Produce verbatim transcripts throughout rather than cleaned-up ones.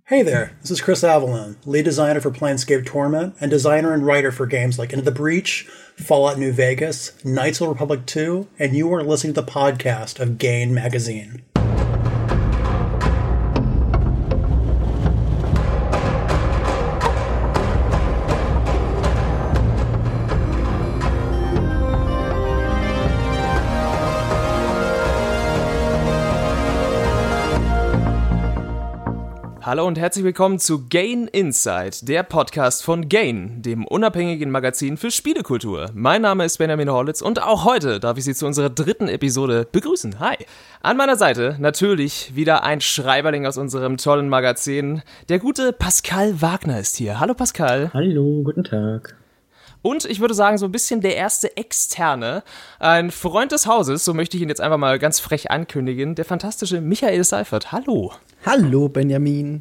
Hey there, this is Chris Avalon, lead designer for Planescape Torment and designer and writer for games like Into the Breach, Fallout New Vegas, Knights of the Republic two, and you are listening to the podcast of Gain Magazine. Hallo und herzlich willkommen zu Gain Insight, der Podcast von Gain, dem unabhängigen Magazin für Spielekultur. Mein Name ist Benjamin Horlitz und auch heute darf ich Sie zu unserer dritten Episode begrüßen. Hi! An meiner Seite natürlich wieder ein Schreiberling aus unserem tollen Magazin. Der gute Pascal Wagner ist hier. Hallo Pascal. Hallo, guten Tag. Und ich würde sagen, so ein bisschen der erste Externe, ein Freund des Hauses, so möchte ich ihn jetzt einfach mal ganz frech ankündigen, der fantastische Michael Seifert. Hallo. Hallo, Benjamin.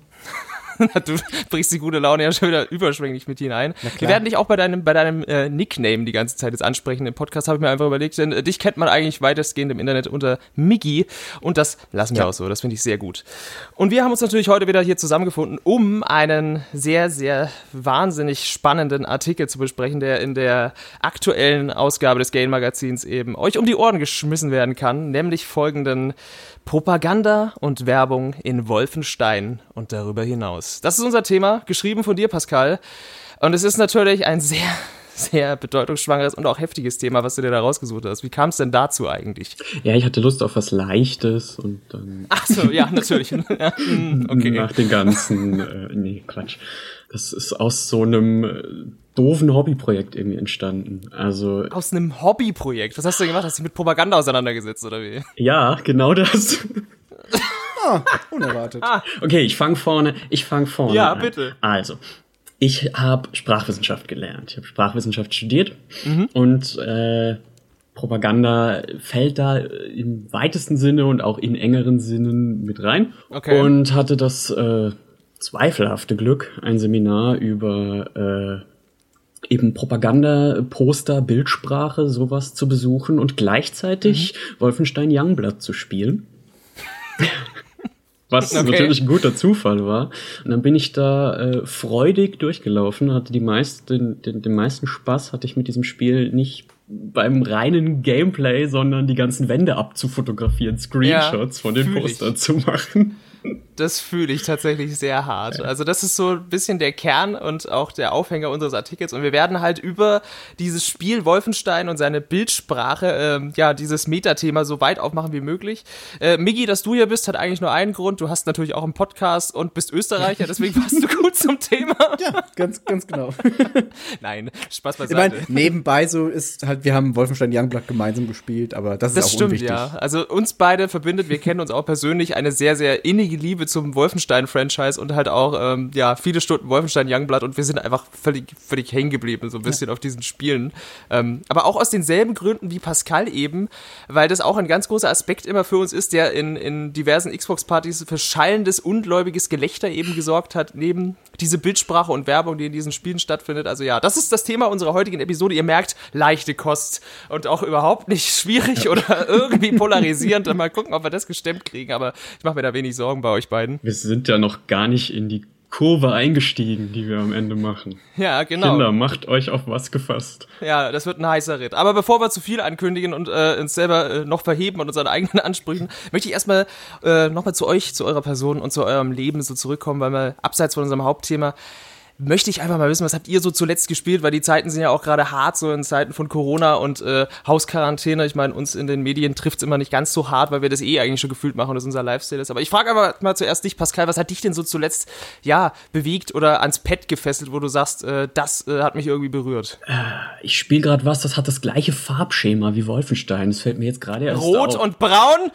Du bringst die gute Laune ja schon wieder überschwänglich mit hinein. Wir werden dich auch bei deinem, bei deinem äh, Nickname die ganze Zeit jetzt ansprechen. Im Podcast habe ich mir einfach überlegt, denn äh, dich kennt man eigentlich weitestgehend im Internet unter Miggy und das lassen wir ja auch so, das finde ich sehr gut. Und wir haben uns natürlich heute wieder hier zusammengefunden, um einen sehr, sehr wahnsinnig spannenden Artikel zu besprechen, der in der aktuellen Ausgabe des Gain-Magazins eben euch um die Ohren geschmissen werden kann, nämlich folgenden: Propaganda und Werbung in Wolfenstein und darüber hinaus. Das ist unser Thema, geschrieben von dir, Pascal. Und es ist natürlich ein sehr, sehr bedeutungsschwangeres und auch heftiges Thema, was du dir da rausgesucht hast. Wie kam es denn dazu eigentlich? Ja, ich hatte Lust auf was Leichtes und dann... Ach so, ja, natürlich. Okay. Nach den ganzen... Äh, nee, Quatsch. Das ist aus so einem äh, doofen Hobbyprojekt irgendwie entstanden. Also aus einem Hobbyprojekt? Was hast du denn gemacht? Hast du dich mit Propaganda auseinandergesetzt, oder wie? Ja, genau das. Ah, unerwartet. Ah. Okay, ich fange vorne, ich fange vorne Ja, an. bitte. Also, ich habe Sprachwissenschaft gelernt. Ich habe Sprachwissenschaft studiert mhm. und äh, Propaganda fällt da im weitesten Sinne und auch in engeren Sinnen mit rein. Okay. Und hatte das äh, zweifelhafte Glück, ein Seminar über äh, eben Propaganda, Poster, Bildsprache, sowas zu besuchen und gleichzeitig mhm. Wolfenstein Youngblood zu spielen. Was okay. natürlich ein guter Zufall war. Und dann bin ich da äh, freudig durchgelaufen, hatte die meiste, den, den, den meisten Spaß hatte ich mit diesem Spiel nicht beim reinen Gameplay, sondern die ganzen Wände abzufotografieren, Screenshots ja, von den Postern ich. zu machen. Das fühle ich tatsächlich sehr hart. Also das ist so ein bisschen der Kern und auch der Aufhänger unseres Artikels. Und wir werden halt über dieses Spiel Wolfenstein und seine Bildsprache, ähm, ja, dieses Metathema so weit aufmachen wie möglich. Äh, Miggy, dass du hier bist, hat eigentlich nur einen Grund. Du hast natürlich auch einen Podcast und bist Österreicher, deswegen passt du gut zum Thema. Ja, ganz, ganz genau. Nein, Spaß beiseite. Ich meine, nebenbei so ist halt, wir haben Wolfenstein Youngblood gemeinsam gespielt, aber das ist das auch stimmt, unwichtig. Ja. Also uns beide verbindet, wir kennen uns auch persönlich, eine sehr, sehr innige Liebe zum Wolfenstein-Franchise und halt auch, ähm, ja, viele Stunden Wolfenstein Youngblood und wir sind einfach völlig, völlig hängen geblieben, so ein bisschen ja. auf diesen Spielen. Ähm, aber auch aus denselben Gründen wie Pascal eben, weil das auch ein ganz großer Aspekt immer für uns ist, der in, in diversen Xbox-Partys für schallendes, ungläubiges Gelächter eben gesorgt hat, neben diese Bildsprache und Werbung, die in diesen Spielen stattfindet. Also ja, das ist das Thema unserer heutigen Episode. Ihr merkt, leichte Kost und auch überhaupt nicht schwierig oder irgendwie polarisierend. Mal gucken, ob wir das gestemmt kriegen, aber ich mache mir da wenig Sorgen bei euch beiden. Wir sind ja noch gar nicht in die Kurve eingestiegen, die wir am Ende machen. Ja, genau. Kinder, macht euch auf was gefasst. Ja, das wird ein heißer Ritt. Aber bevor wir zu viel ankündigen und äh, uns selber äh, noch verheben und unseren eigenen Ansprüchen, möchte ich erstmal äh, nochmal zu euch, zu eurer Person und zu eurem Leben so zurückkommen, weil wir abseits von unserem Hauptthema möchte ich einfach mal wissen, was habt ihr so zuletzt gespielt, weil die Zeiten sind ja auch gerade hart, so in Zeiten von Corona und äh, Hausquarantäne. Ich meine, uns in den Medien trifft's immer nicht ganz so hart, weil wir das eh eigentlich schon gefühlt machen und das unser Lifestyle ist. Aber ich frage aber mal zuerst dich, Pascal, was hat dich denn so zuletzt, ja, bewegt oder ans Pad gefesselt, wo du sagst, äh, das äh, hat mich irgendwie berührt? Äh, ich spiele gerade was, das hat das gleiche Farbschema wie Wolfenstein. Das fällt mir jetzt gerade erst Rot auf. und braun?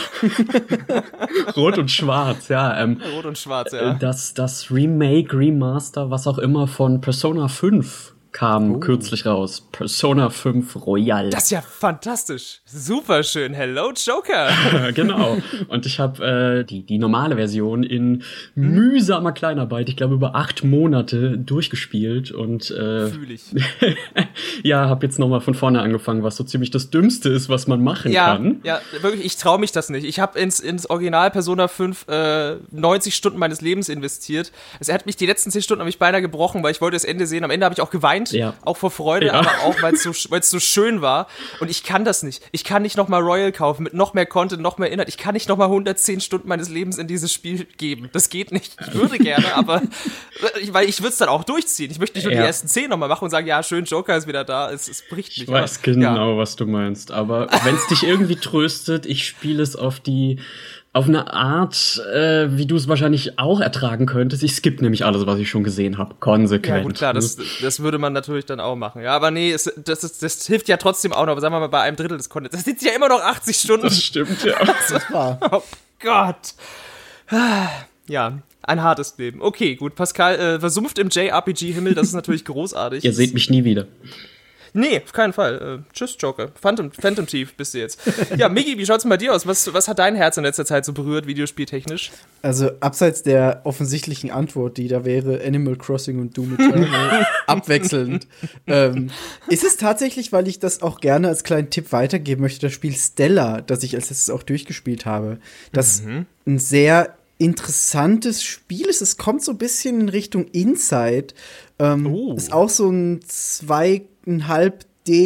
Rot und schwarz, ja. Ähm, Rot und schwarz, ja. Das, das Remake, Remaster, was auch immer von Persona fünf kam Oh. kürzlich raus. Persona fünf Royal. Das ist ja fantastisch. Super schön. Hello, Joker. Genau. Und ich habe äh, die, die normale Version in mühsamer Kleinarbeit, ich glaube über acht Monate durchgespielt. Und äh, Fühl ich. ja, habe jetzt nochmal von vorne angefangen, was so ziemlich das Dümmste ist, was man machen Ja, kann. ja, wirklich, ich traue mich das nicht. Ich habe ins, ins Original Persona fünf äh, neunzig Stunden meines Lebens investiert. Es hat mich die letzten zehn Stunden hab ich beinahe gebrochen, weil ich wollte das Ende sehen. Am Ende habe ich auch geweint, Ja. auch vor Freude, Ja. aber auch, weil es so, weil's so schön war. Und ich kann das nicht. Ich kann nicht nochmal Royal kaufen mit noch mehr Content, noch mehr Inhalt. Ich kann nicht nochmal hundertzehn Stunden meines Lebens in dieses Spiel geben. Das geht nicht. Ich würde gerne, aber ich, weil ich würde es dann auch durchziehen. Ich möchte nicht nur Ja. die ersten zehn nochmal machen und sagen, ja, schön, Joker ist wieder da. Es, es bricht mich. Ich weiß aber, genau, ja. was du meinst. Aber wenn es dich irgendwie tröstet, ich spiele es auf die auf eine Art, äh, wie du es wahrscheinlich auch ertragen könntest. Ich skippe nämlich alles, was ich schon gesehen habe. Konsequent. Ja gut, klar, das, das würde man natürlich dann auch machen. Ja, aber nee, es, das, ist, das hilft ja trotzdem auch noch. Aber sagen wir mal, bei einem Drittel des Contents. Das sind ja immer noch achtzig Stunden. Das stimmt, ja. Das war. Oh Gott. Ja, ein hartes Leben. Okay, gut. Pascal äh, versumpft im J R P G-Himmel. Das ist natürlich großartig. Ihr seht mich nie wieder. Nee, auf keinen Fall. Äh, tschüss, Joker. Phantom, Phantom Thief bist du jetzt. Ja, Migi, wie schaut's denn bei dir aus? Was, was hat dein Herz in letzter Zeit so berührt, videospieltechnisch? Also abseits der offensichtlichen Antwort, die da wäre Animal Crossing und Doom Eternal abwechselnd, ähm, ist es tatsächlich, weil ich das auch gerne als kleinen Tipp weitergeben möchte, das Spiel Stella, das ich als letztes auch durchgespielt habe, das Mhm. ein sehr interessantes Spiel ist. Es kommt so ein bisschen in Richtung Inside. Ähm, Oh. Ist auch so ein zweieinhalb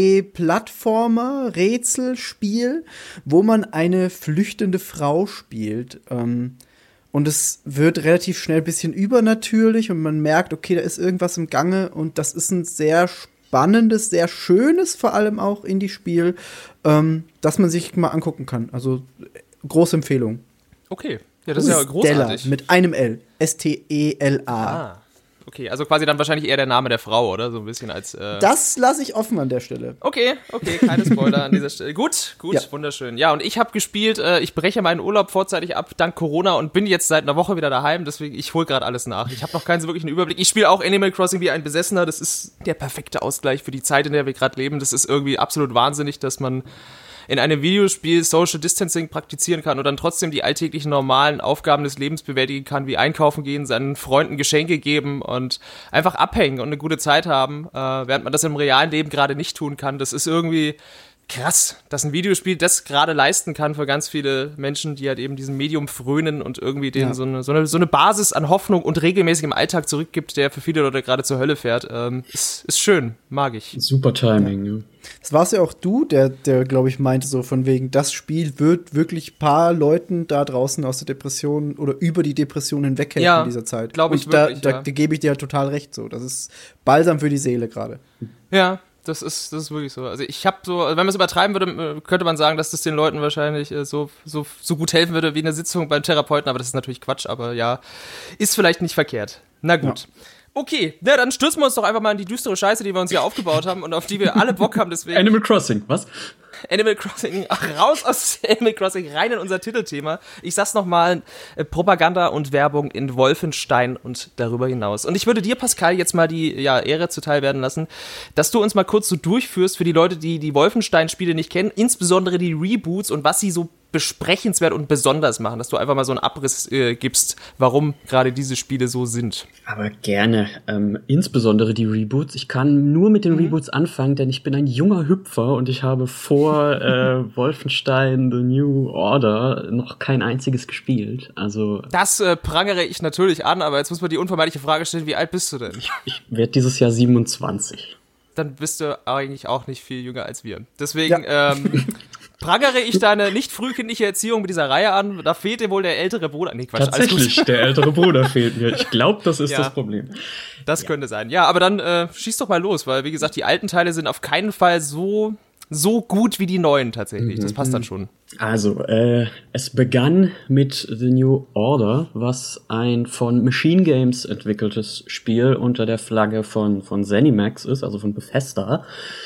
D-Plattformer, Rätselspiel, wo man eine flüchtende Frau spielt. Ähm, und es wird relativ schnell ein bisschen übernatürlich und man merkt, okay, da ist irgendwas im Gange und das ist ein sehr spannendes, sehr schönes, vor allem auch Indie-Spiel, ähm, das man sich mal angucken kann. Also große Empfehlung. Okay. Ja, das ist ja Stella großartig. mit einem L. S T E L A. Ah. Okay, also quasi dann wahrscheinlich eher der Name der Frau, oder? So ein bisschen als. Äh Das lasse ich offen an der Stelle. Okay, okay, keine Spoiler an dieser Stelle. Gut, gut, Ja. wunderschön. Ja, und ich habe gespielt, äh, ich breche meinen Urlaub vorzeitig ab, dank Corona, und bin jetzt seit einer Woche wieder daheim, deswegen, ich hole gerade alles nach. Ich habe noch keinen so wirklichen Überblick. Ich spiele auch Animal Crossing wie ein Besessener, das ist der perfekte Ausgleich für die Zeit, in der wir gerade leben. Das ist irgendwie absolut wahnsinnig, dass man in einem Videospiel Social Distancing praktizieren kann und dann trotzdem die alltäglichen normalen Aufgaben des Lebens bewältigen kann, wie einkaufen gehen, seinen Freunden Geschenke geben und einfach abhängen und eine gute Zeit haben, äh, während man das im realen Leben gerade nicht tun kann. Das ist irgendwie krass, dass ein Videospiel das gerade leisten kann für ganz viele Menschen, die halt eben diesem Medium frönen und irgendwie denen Ja. so, eine, so, eine, so eine Basis an Hoffnung und regelmäßig im Alltag zurückgibt, der für viele Leute gerade zur Hölle fährt. Ähm, ist, ist schön, mag ich. Super Timing, ja. Das war's ja auch du, der, der glaube ich, meinte so von wegen, das Spiel wird wirklich paar Leuten da draußen aus der Depression oder über die Depression hinweghelfen Ja, in dieser Zeit. glaub ich Und da, wirklich, da, ja. da gebe ich dir halt total recht so. Das ist Balsam für die Seele gerade. Ja, das ist, das ist wirklich so. Also ich habe so, wenn man es übertreiben würde, könnte man sagen, dass das den Leuten wahrscheinlich äh, so, so, so gut helfen würde wie eine Sitzung beim Therapeuten, aber das ist natürlich Quatsch, aber ja, ist vielleicht nicht verkehrt. Na gut. Ja. Okay, na, dann stürzen wir uns doch einfach mal in die düstere Scheiße, die wir uns hier aufgebaut haben und auf die wir alle Bock haben, deswegen Animal Crossing, was? Animal Crossing, ach, raus aus Animal Crossing, rein in unser Titelthema. Ich sag's nochmal, äh, Propaganda und Werbung in Wolfenstein und darüber hinaus. Und ich würde dir, Pascal, jetzt mal die ja, Ehre zuteil werden lassen, dass du uns mal kurz so durchführst für die Leute, die die Wolfenstein-Spiele nicht kennen, insbesondere die Reboots und was sie so besprechenswert und besonders machen, dass du einfach mal so einen Abriss äh, gibst, warum gerade diese Spiele so sind. Aber gerne. Ähm, insbesondere die Reboots. Ich kann nur mit den Reboots anfangen, denn ich bin ein junger Hüpfer und ich habe vor äh, Wolfenstein The New Order noch kein einziges gespielt. Also Das äh, prangere ich natürlich an, aber jetzt muss man die unvermeidliche Frage stellen, wie alt bist du denn? ich werde dieses Jahr siebenundzwanzig. Dann bist du eigentlich auch nicht viel jünger als wir. Deswegen ähm, prangere ich deine nicht frühkindliche Erziehung mit dieser Reihe an. Da fehlt dir wohl der ältere Bruder. Nee, Quatsch, alles Tatsächlich, gut. der ältere Bruder fehlt mir. Ich glaube, das ist Ja. das Problem. Das könnte sein. Ja, aber dann äh, schieß doch mal los, weil, wie gesagt, die alten Teile sind auf keinen Fall so, so gut wie die neuen tatsächlich. Das passt dann schon. Also, äh, es begann mit The New Order, was ein von Machine Games entwickeltes Spiel unter der Flagge von, von ZeniMax ist, also von Bethesda.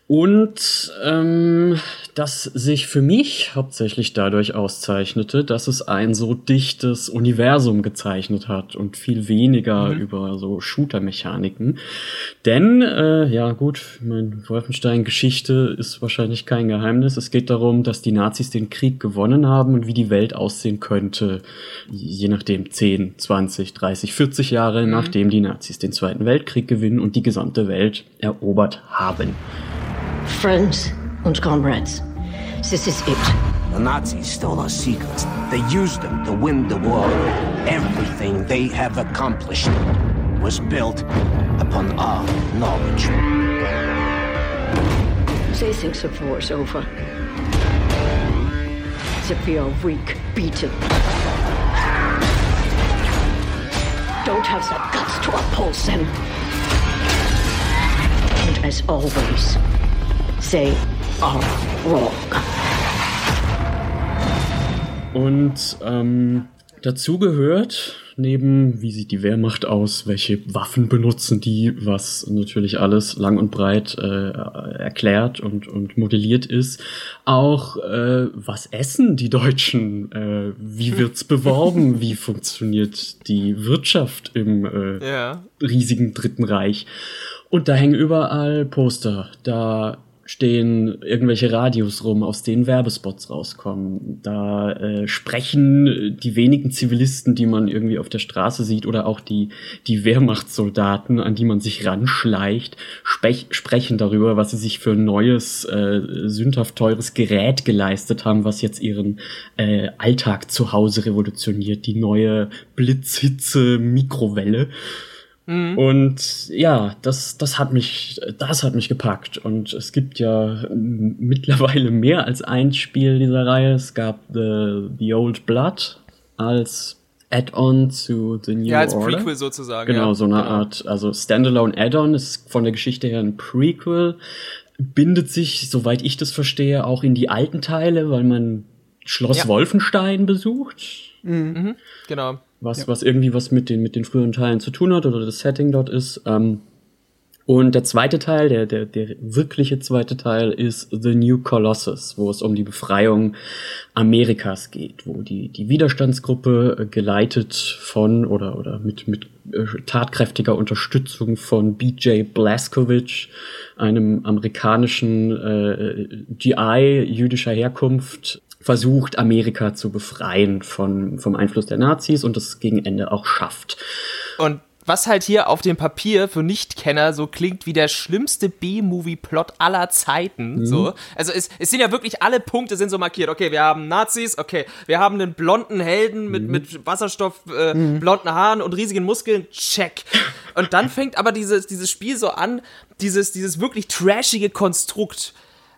Und ähm, das sich für mich hauptsächlich dadurch auszeichnete, dass es ein so dichtes Universum gezeichnet hat und viel weniger mhm. über so Shooter-Mechaniken. Denn, äh, ja gut, mein Wolfenstein-Geschichte ist wahrscheinlich kein Geheimnis. Es geht darum, dass die Nazis den Krieg gewonnen haben und wie die Welt aussehen könnte, je nachdem zehn, zwanzig, dreißig, vierzig Jahre, mhm. nachdem die Nazis den Zweiten Weltkrieg gewinnen und die gesamte Welt erobert haben. Friends and comrades, this is it. The Nazis stole our secrets. They used them to win the war. Everything they have accomplished was built upon our knowledge. They think the war's over. That we are weak, beaten. Don't have the guts to oppose them. And as always, they are wrong. Und ähm, dazu gehört, neben wie sieht die Wehrmacht aus, welche Waffen benutzen die, was natürlich alles lang und breit äh, erklärt und, und modelliert ist, auch äh, was essen die Deutschen, äh, wie wird's beworben, wie funktioniert die Wirtschaft im äh, ja. riesigen Dritten Reich. Und da hängen überall Poster, da stehen irgendwelche Radios rum, aus denen Werbespots rauskommen. Da äh, sprechen die wenigen Zivilisten, die man irgendwie auf der Straße sieht, oder auch die die Wehrmachtssoldaten, an die man sich ranschleicht, spech- sprechen darüber, was sie sich für ein neues, äh, sündhaft teures Gerät geleistet haben, was jetzt ihren äh, Alltag zu Hause revolutioniert. Die neue Blitzhitze-Mikrowelle. Mhm. Und ja, das, das hat mich, das hat mich gepackt. Und es gibt ja mittlerweile mehr als ein Spiel dieser Reihe. Es gab The, The Old Blood als Add-on zu The New Order. Ja, als Order. Prequel sozusagen. Genau, ja. so eine genau. Art, also Standalone Add-on ist von der Geschichte her ein Prequel. Bindet sich, soweit ich das verstehe, auch in die alten Teile, weil man Schloss ja. Wolfenstein besucht. Mhm. Genau. Was, ja. was irgendwie was mit den, mit den früheren Teilen zu tun hat oder das Setting dort ist. Ähm, und der zweite Teil, der, der, der wirkliche zweite Teil ist The New Colossus, wo es um die Befreiung Amerikas geht, wo die, die Widerstandsgruppe äh, geleitet von oder, oder mit, mit äh, tatkräftiger Unterstützung von B J Blazkowicz, einem amerikanischen äh, G I jüdischer Herkunft, versucht, Amerika zu befreien von, vom Einfluss der Nazis und das gegen Ende auch schafft. Und was halt hier auf dem Papier für Nichtkenner so klingt wie der schlimmste B-Movie-Plot aller Zeiten. Mhm. So. Also es, es sind ja wirklich, alle Punkte sind so markiert. Okay, wir haben Nazis, okay, wir haben einen blonden Helden mit, mhm. mit Wasserstoff, äh, mhm. blonden Haaren und riesigen Muskeln, check. Und dann fängt aber dieses, dieses Spiel so an, dieses, dieses wirklich trashige Konstrukt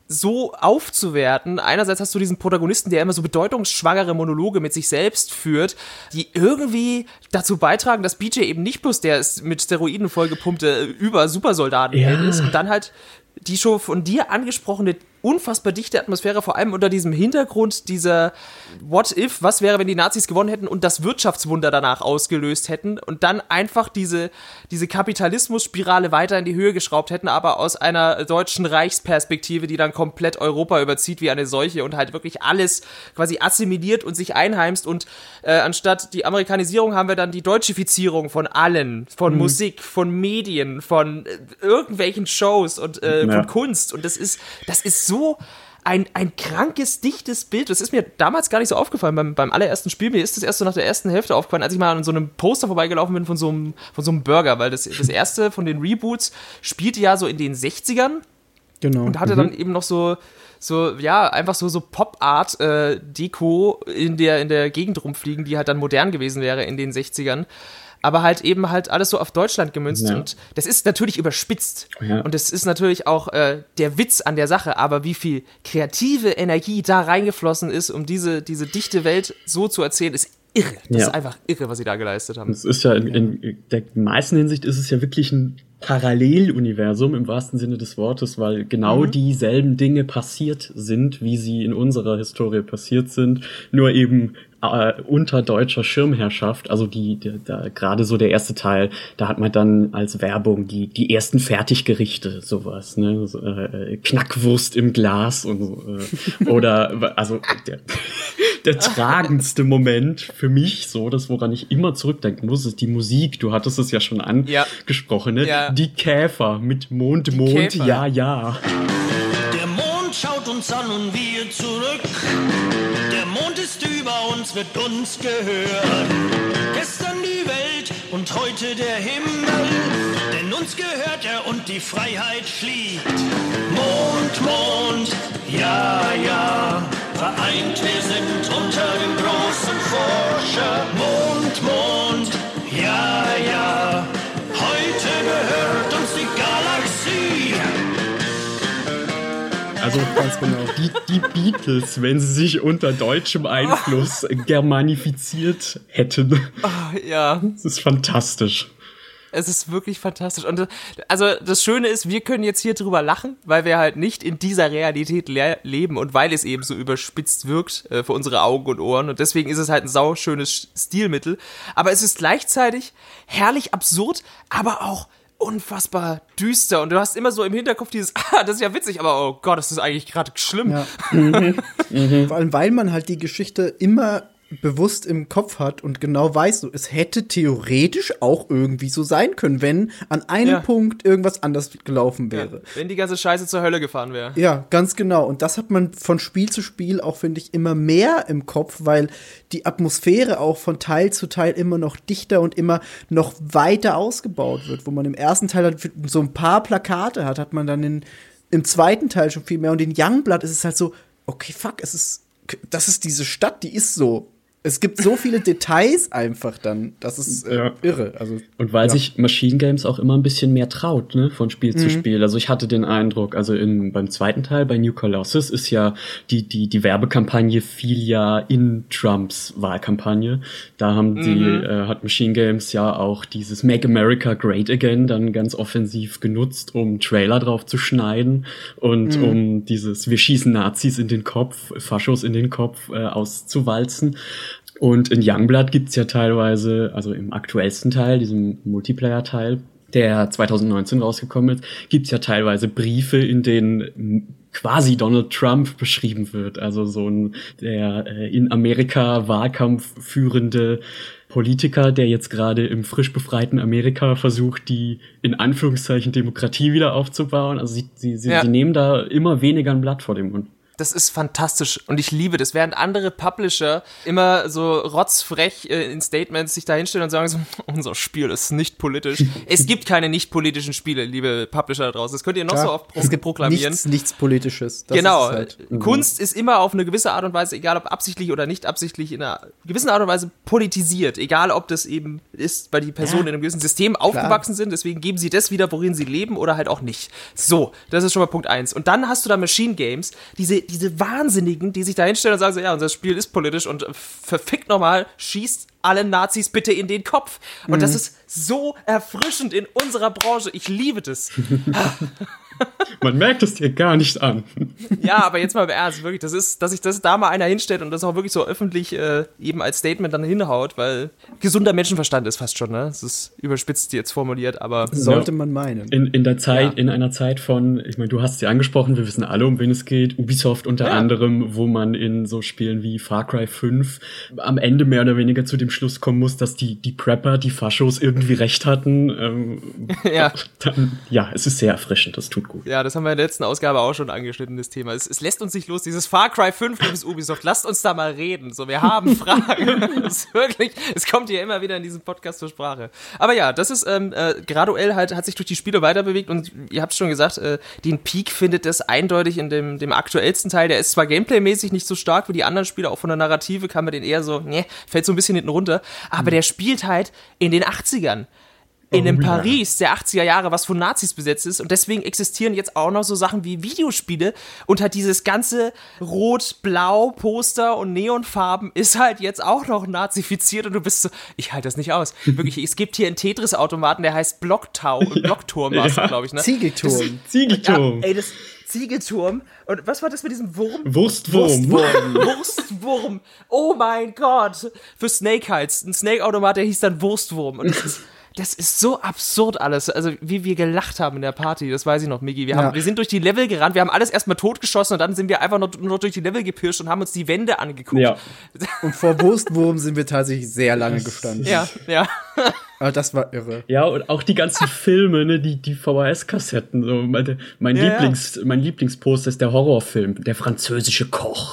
so aufzuwerten. Einerseits hast du diesen Protagonisten, der immer so bedeutungsschwangere Monologe mit sich selbst führt, die irgendwie dazu beitragen, dass B J eben nicht bloß der mit Steroiden vollgepumpte Über-Supersoldatenheld ja. ist und dann halt die schon von dir angesprochene unfassbar dichte Atmosphäre, vor allem unter diesem Hintergrund dieser What if, was wäre, wenn die Nazis gewonnen hätten und das Wirtschaftswunder danach ausgelöst hätten und dann einfach diese, diese Kapitalismus-Spirale weiter in die Höhe geschraubt hätten, aber aus einer deutschen Reichsperspektive, die dann komplett Europa überzieht wie eine Seuche und halt wirklich alles quasi assimiliert und sich einheimst und äh, anstatt die Amerikanisierung haben wir dann die Deutschifizierung von allen, von mhm. Musik, von Medien, von äh, irgendwelchen Shows und äh, ja. von Kunst und das ist, das ist so ein, ein krankes, dichtes Bild. Das ist mir damals gar nicht so aufgefallen beim, beim allerersten Spiel. Mir ist das erst so nach der ersten Hälfte aufgefallen, als ich mal an so einem Poster vorbeigelaufen bin von so einem, von so einem Burger, weil das, das erste von den Reboots spielte ja so in den sechzigern. Genau. Und hatte mhm. dann eben noch so, so, ja, einfach so, so Pop-Art-Deko äh, in der, in der Gegend rumfliegen, die halt dann modern gewesen wäre in den sechzigern. Aber halt eben halt alles so auf Deutschland gemünzt ja. und das ist natürlich überspitzt ja. und das ist natürlich auch äh, der Witz an der Sache, aber wie viel kreative Energie da reingeflossen ist, um diese, diese dichte Welt so zu erzählen, ist irre. Das ja. ist einfach irre, was sie da geleistet haben. Es ist ja in, in der meisten Hinsicht ist es ja wirklich ein Paralleluniversum im wahrsten Sinne des Wortes, weil genau mhm. dieselben Dinge passiert sind, wie sie in unserer Historie passiert sind, nur eben äh, unter deutscher Schirmherrschaft, also die, die da, gerade so der erste Teil, da hat man dann als Werbung die die ersten Fertiggerichte, sowas, ne, so, äh, Knackwurst im Glas und so, äh, oder also der, der tragendste Moment für mich, so das, woran ich immer zurückdenken muss, ist die Musik. Du hattest es ja schon angesprochen, ja. ne? Ja. Die Käfer mit Mond, die Mond, Käfer. ja, ja. Der Mond schaut uns an und wir zurück. Der Mond ist über uns, wird uns gehören. Gestern die Welt und heute der Himmel. Denn uns gehört er und die Freiheit fliegt. Mond, Mond, ja, ja. Vereint wir sind unter dem großen Forscher. Mond, Mond, ja, ja. Heute gehört uns die Galaxie. Also ganz genau. Die, die Beatles, wenn sie sich unter deutschem Einfluss germanifiziert hätten. Oh, ja. Das ist fantastisch. Es ist wirklich fantastisch. Und also das Schöne ist, wir können jetzt hier drüber lachen, weil wir halt nicht in dieser Realität le- leben und weil es eben so überspitzt wirkt äh, für unsere Augen und Ohren. Und deswegen ist es halt ein sauschönes Stilmittel. Aber es ist gleichzeitig herrlich absurd, aber auch unfassbar düster. Und du hast immer so im Hinterkopf dieses, ah, das ist ja witzig, aber oh Gott, das ist eigentlich gerade schlimm. Ja. mhm. Mhm. Vor allem, weil man halt die Geschichte immer bewusst im Kopf hat und genau weiß, so, es hätte theoretisch auch irgendwie so sein können, wenn an einem ja. Punkt irgendwas anders gelaufen wäre. Ja, wenn die ganze Scheiße zur Hölle gefahren wäre. Ja, ganz genau. Und das hat man von Spiel zu Spiel auch, finde ich, immer mehr im Kopf, weil die Atmosphäre auch von Teil zu Teil immer noch dichter und immer noch weiter ausgebaut wird. Wo man im ersten Teil halt so ein paar Plakate hat, hat man dann in, im zweiten Teil schon viel mehr. Und in Youngblood ist es halt so, okay, fuck, es ist, das ist diese Stadt, die ist so. Es gibt so viele Details einfach dann, das ist äh, ja. irre. Also, und weil ja. sich Machine Games auch immer ein bisschen mehr traut, ne, von Spiel mhm. zu Spiel. Also ich hatte den Eindruck, also in, beim zweiten Teil, bei New Colossus, ist ja die, die, die Werbekampagne fiel ja in Trumps Wahlkampagne. Da haben die, mhm. äh, hat Machine Games ja auch dieses Make America Great Again dann ganz offensiv genutzt, um Trailer drauf zu schneiden und mhm. um dieses Wir schießen Nazis in den Kopf, Faschos in den Kopf äh, auszuwalzen. Und in Youngblood gibt's ja teilweise, also im aktuellsten Teil, diesem Multiplayer-Teil, der zwanzig neunzehn rausgekommen ist, gibt's ja teilweise Briefe, in denen quasi Donald Trump beschrieben wird. Also so ein der äh, in Amerika Wahlkampf führende Politiker, der jetzt gerade im frisch befreiten Amerika versucht, die in Anführungszeichen Demokratie wieder aufzubauen. Also sie, sie, sie, ja. sie nehmen da immer weniger ein Blatt vor dem Mund. Das ist fantastisch und ich liebe das. Während andere Publisher immer so rotzfrech äh, in Statements sich da hinstellen und sagen so, unser Spiel ist nicht politisch. Es gibt keine nicht politischen Spiele, liebe Publisher da draußen. Das könnt ihr noch ja, so oft pro- es gibt proklamieren. Nichts, nichts Politisches. Das genau. Ist halt. Kunst ist immer auf eine gewisse Art und Weise, egal ob absichtlich oder nicht absichtlich, in einer gewissen Art und Weise politisiert. Egal ob das eben ist, weil die Personen ja, in einem gewissen System aufgewachsen klar. sind. Deswegen geben sie das wieder, worin sie leben oder halt auch nicht. So, das ist schon mal Punkt eins. Und dann hast du da Machine Games, diese diese Wahnsinnigen, die sich da hinstellen und sagen so, ja, unser Spiel ist politisch und verfickt nochmal, schießt alle Nazis bitte in den Kopf. Und mhm. das ist so erfrischend in unserer Branche. Ich liebe das. Man merkt es dir gar nicht an. Ja, aber jetzt mal im Ernst, wirklich, das ist, dass sich das da mal einer hinstellt und das auch wirklich so öffentlich äh, eben als Statement dann hinhaut, weil gesunder Menschenverstand ist fast schon, ne? Das ist überspitzt jetzt formuliert, aber sollte ja. man meinen. In, in der Zeit, ja. in einer Zeit von, ich meine, du hast sie angesprochen, wir wissen alle, um wen es geht, Ubisoft unter ja. anderem, wo man in so Spielen wie Far Cry fünf am Ende mehr oder weniger zu dem Schluss kommen muss, dass die, die Prepper, die Faschos irgendwie recht hatten. Ähm, ja. Dann, ja, es ist sehr erfrischend, das tut gut. Ja, das haben wir in der letzten Ausgabe auch schon angeschnitten, das Thema. Es, es lässt uns nicht los, dieses Far Cry fünf, liebes Ubisoft, lasst uns da mal reden. So, wir haben Fragen. Es ist wirklich, es kommt hier immer wieder in diesem Podcast zur Sprache. Aber ja, das ist ähm, äh, graduell halt, hat sich durch die Spiele weiterbewegt und ihr habt schon gesagt, äh, den Peak findet das eindeutig in dem, dem aktuellsten Teil. Der ist zwar gameplaymäßig nicht so stark wie die anderen Spiele, auch von der Narrative kann man den eher so, ne, fällt so ein bisschen hinten runter, aber mhm. der spielt halt in den achtzigern. In dem oh, Paris der achtziger Jahre, was von Nazis besetzt ist. Und deswegen existieren jetzt auch noch so Sachen wie Videospiele. Und halt dieses ganze Rot-Blau-Poster und Neonfarben ist halt jetzt auch noch nazifiziert. Und du bist so, ich halte das nicht aus. Wirklich, es gibt hier einen Tetris-Automaten, der heißt Blocktau, ja, Blockturm war es, ja. glaube ich, ne? Ziegelturm. Ziegelturm. Ja, ey, das Ziegelturm. Und was war das mit diesem Wurm? Wurstwurm. Wurstwurm. Wurstwurm. Oh mein Gott. Für Snake halt. Ein Snake-Automat, der hieß dann Wurstwurm. Und das ist, das ist so absurd alles. Also, wie wir gelacht haben in der Party, das weiß ich noch, Migi. Wir, haben, Ja. wir sind durch die Level gerannt, wir haben alles erstmal totgeschossen und dann sind wir einfach noch, nur noch durch die Level gepirscht und haben uns die Wände angeguckt. Ja. Und vor Wurstwurm sind wir tatsächlich sehr lange gestanden. Ja, ja. Aber das war irre. Ja, und auch die ganzen Filme, ne, die, die V H S-Kassetten. So, meine, mein, Ja, Lieblings, mein Lieblingsposter ist der Horrorfilm, der französische Koch.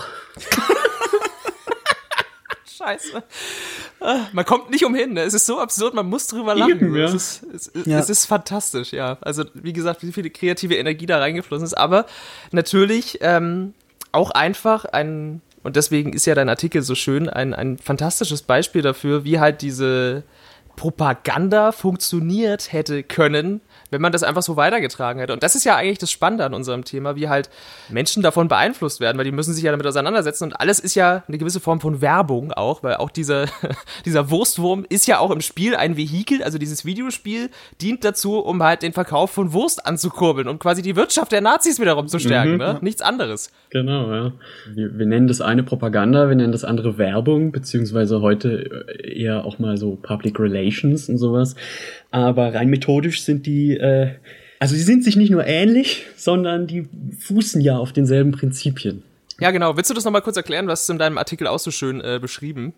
Scheiße. Ah, Man kommt nicht umhin, ne? Es ist so absurd, man muss drüber lachen. Eben, ja. es, ist, es, es, Ja. es ist fantastisch, ja. Also, wie gesagt, wie viel kreative Energie da reingeflossen ist. Aber natürlich ähm, auch einfach ein, und deswegen ist ja dein Artikel so schön, ein, ein fantastisches Beispiel dafür, wie halt diese Propaganda funktioniert hätte können, wenn man das einfach so weitergetragen hätte. Und das ist ja eigentlich das Spannende an unserem Thema, wie halt Menschen davon beeinflusst werden, weil die müssen sich ja damit auseinandersetzen und alles ist ja eine gewisse Form von Werbung auch, weil auch dieser, dieser Wurstwurm ist ja auch im Spiel ein Vehikel, also dieses Videospiel dient dazu, um halt den Verkauf von Wurst anzukurbeln und quasi die Wirtschaft der Nazis wiederum zu stärken, Mhm. ne? Nichts anderes. Genau, ja. Wir, wir nennen das eine Propaganda, wir nennen das andere Werbung, beziehungsweise heute eher auch mal so Public Relations und sowas. Aber rein methodisch sind die, äh, also die sind sich nicht nur ähnlich, sondern die fußen ja auf denselben Prinzipien. Ja, genau. Willst du das nochmal kurz erklären? Was ist in deinem Artikel auch so schön äh, beschrieben?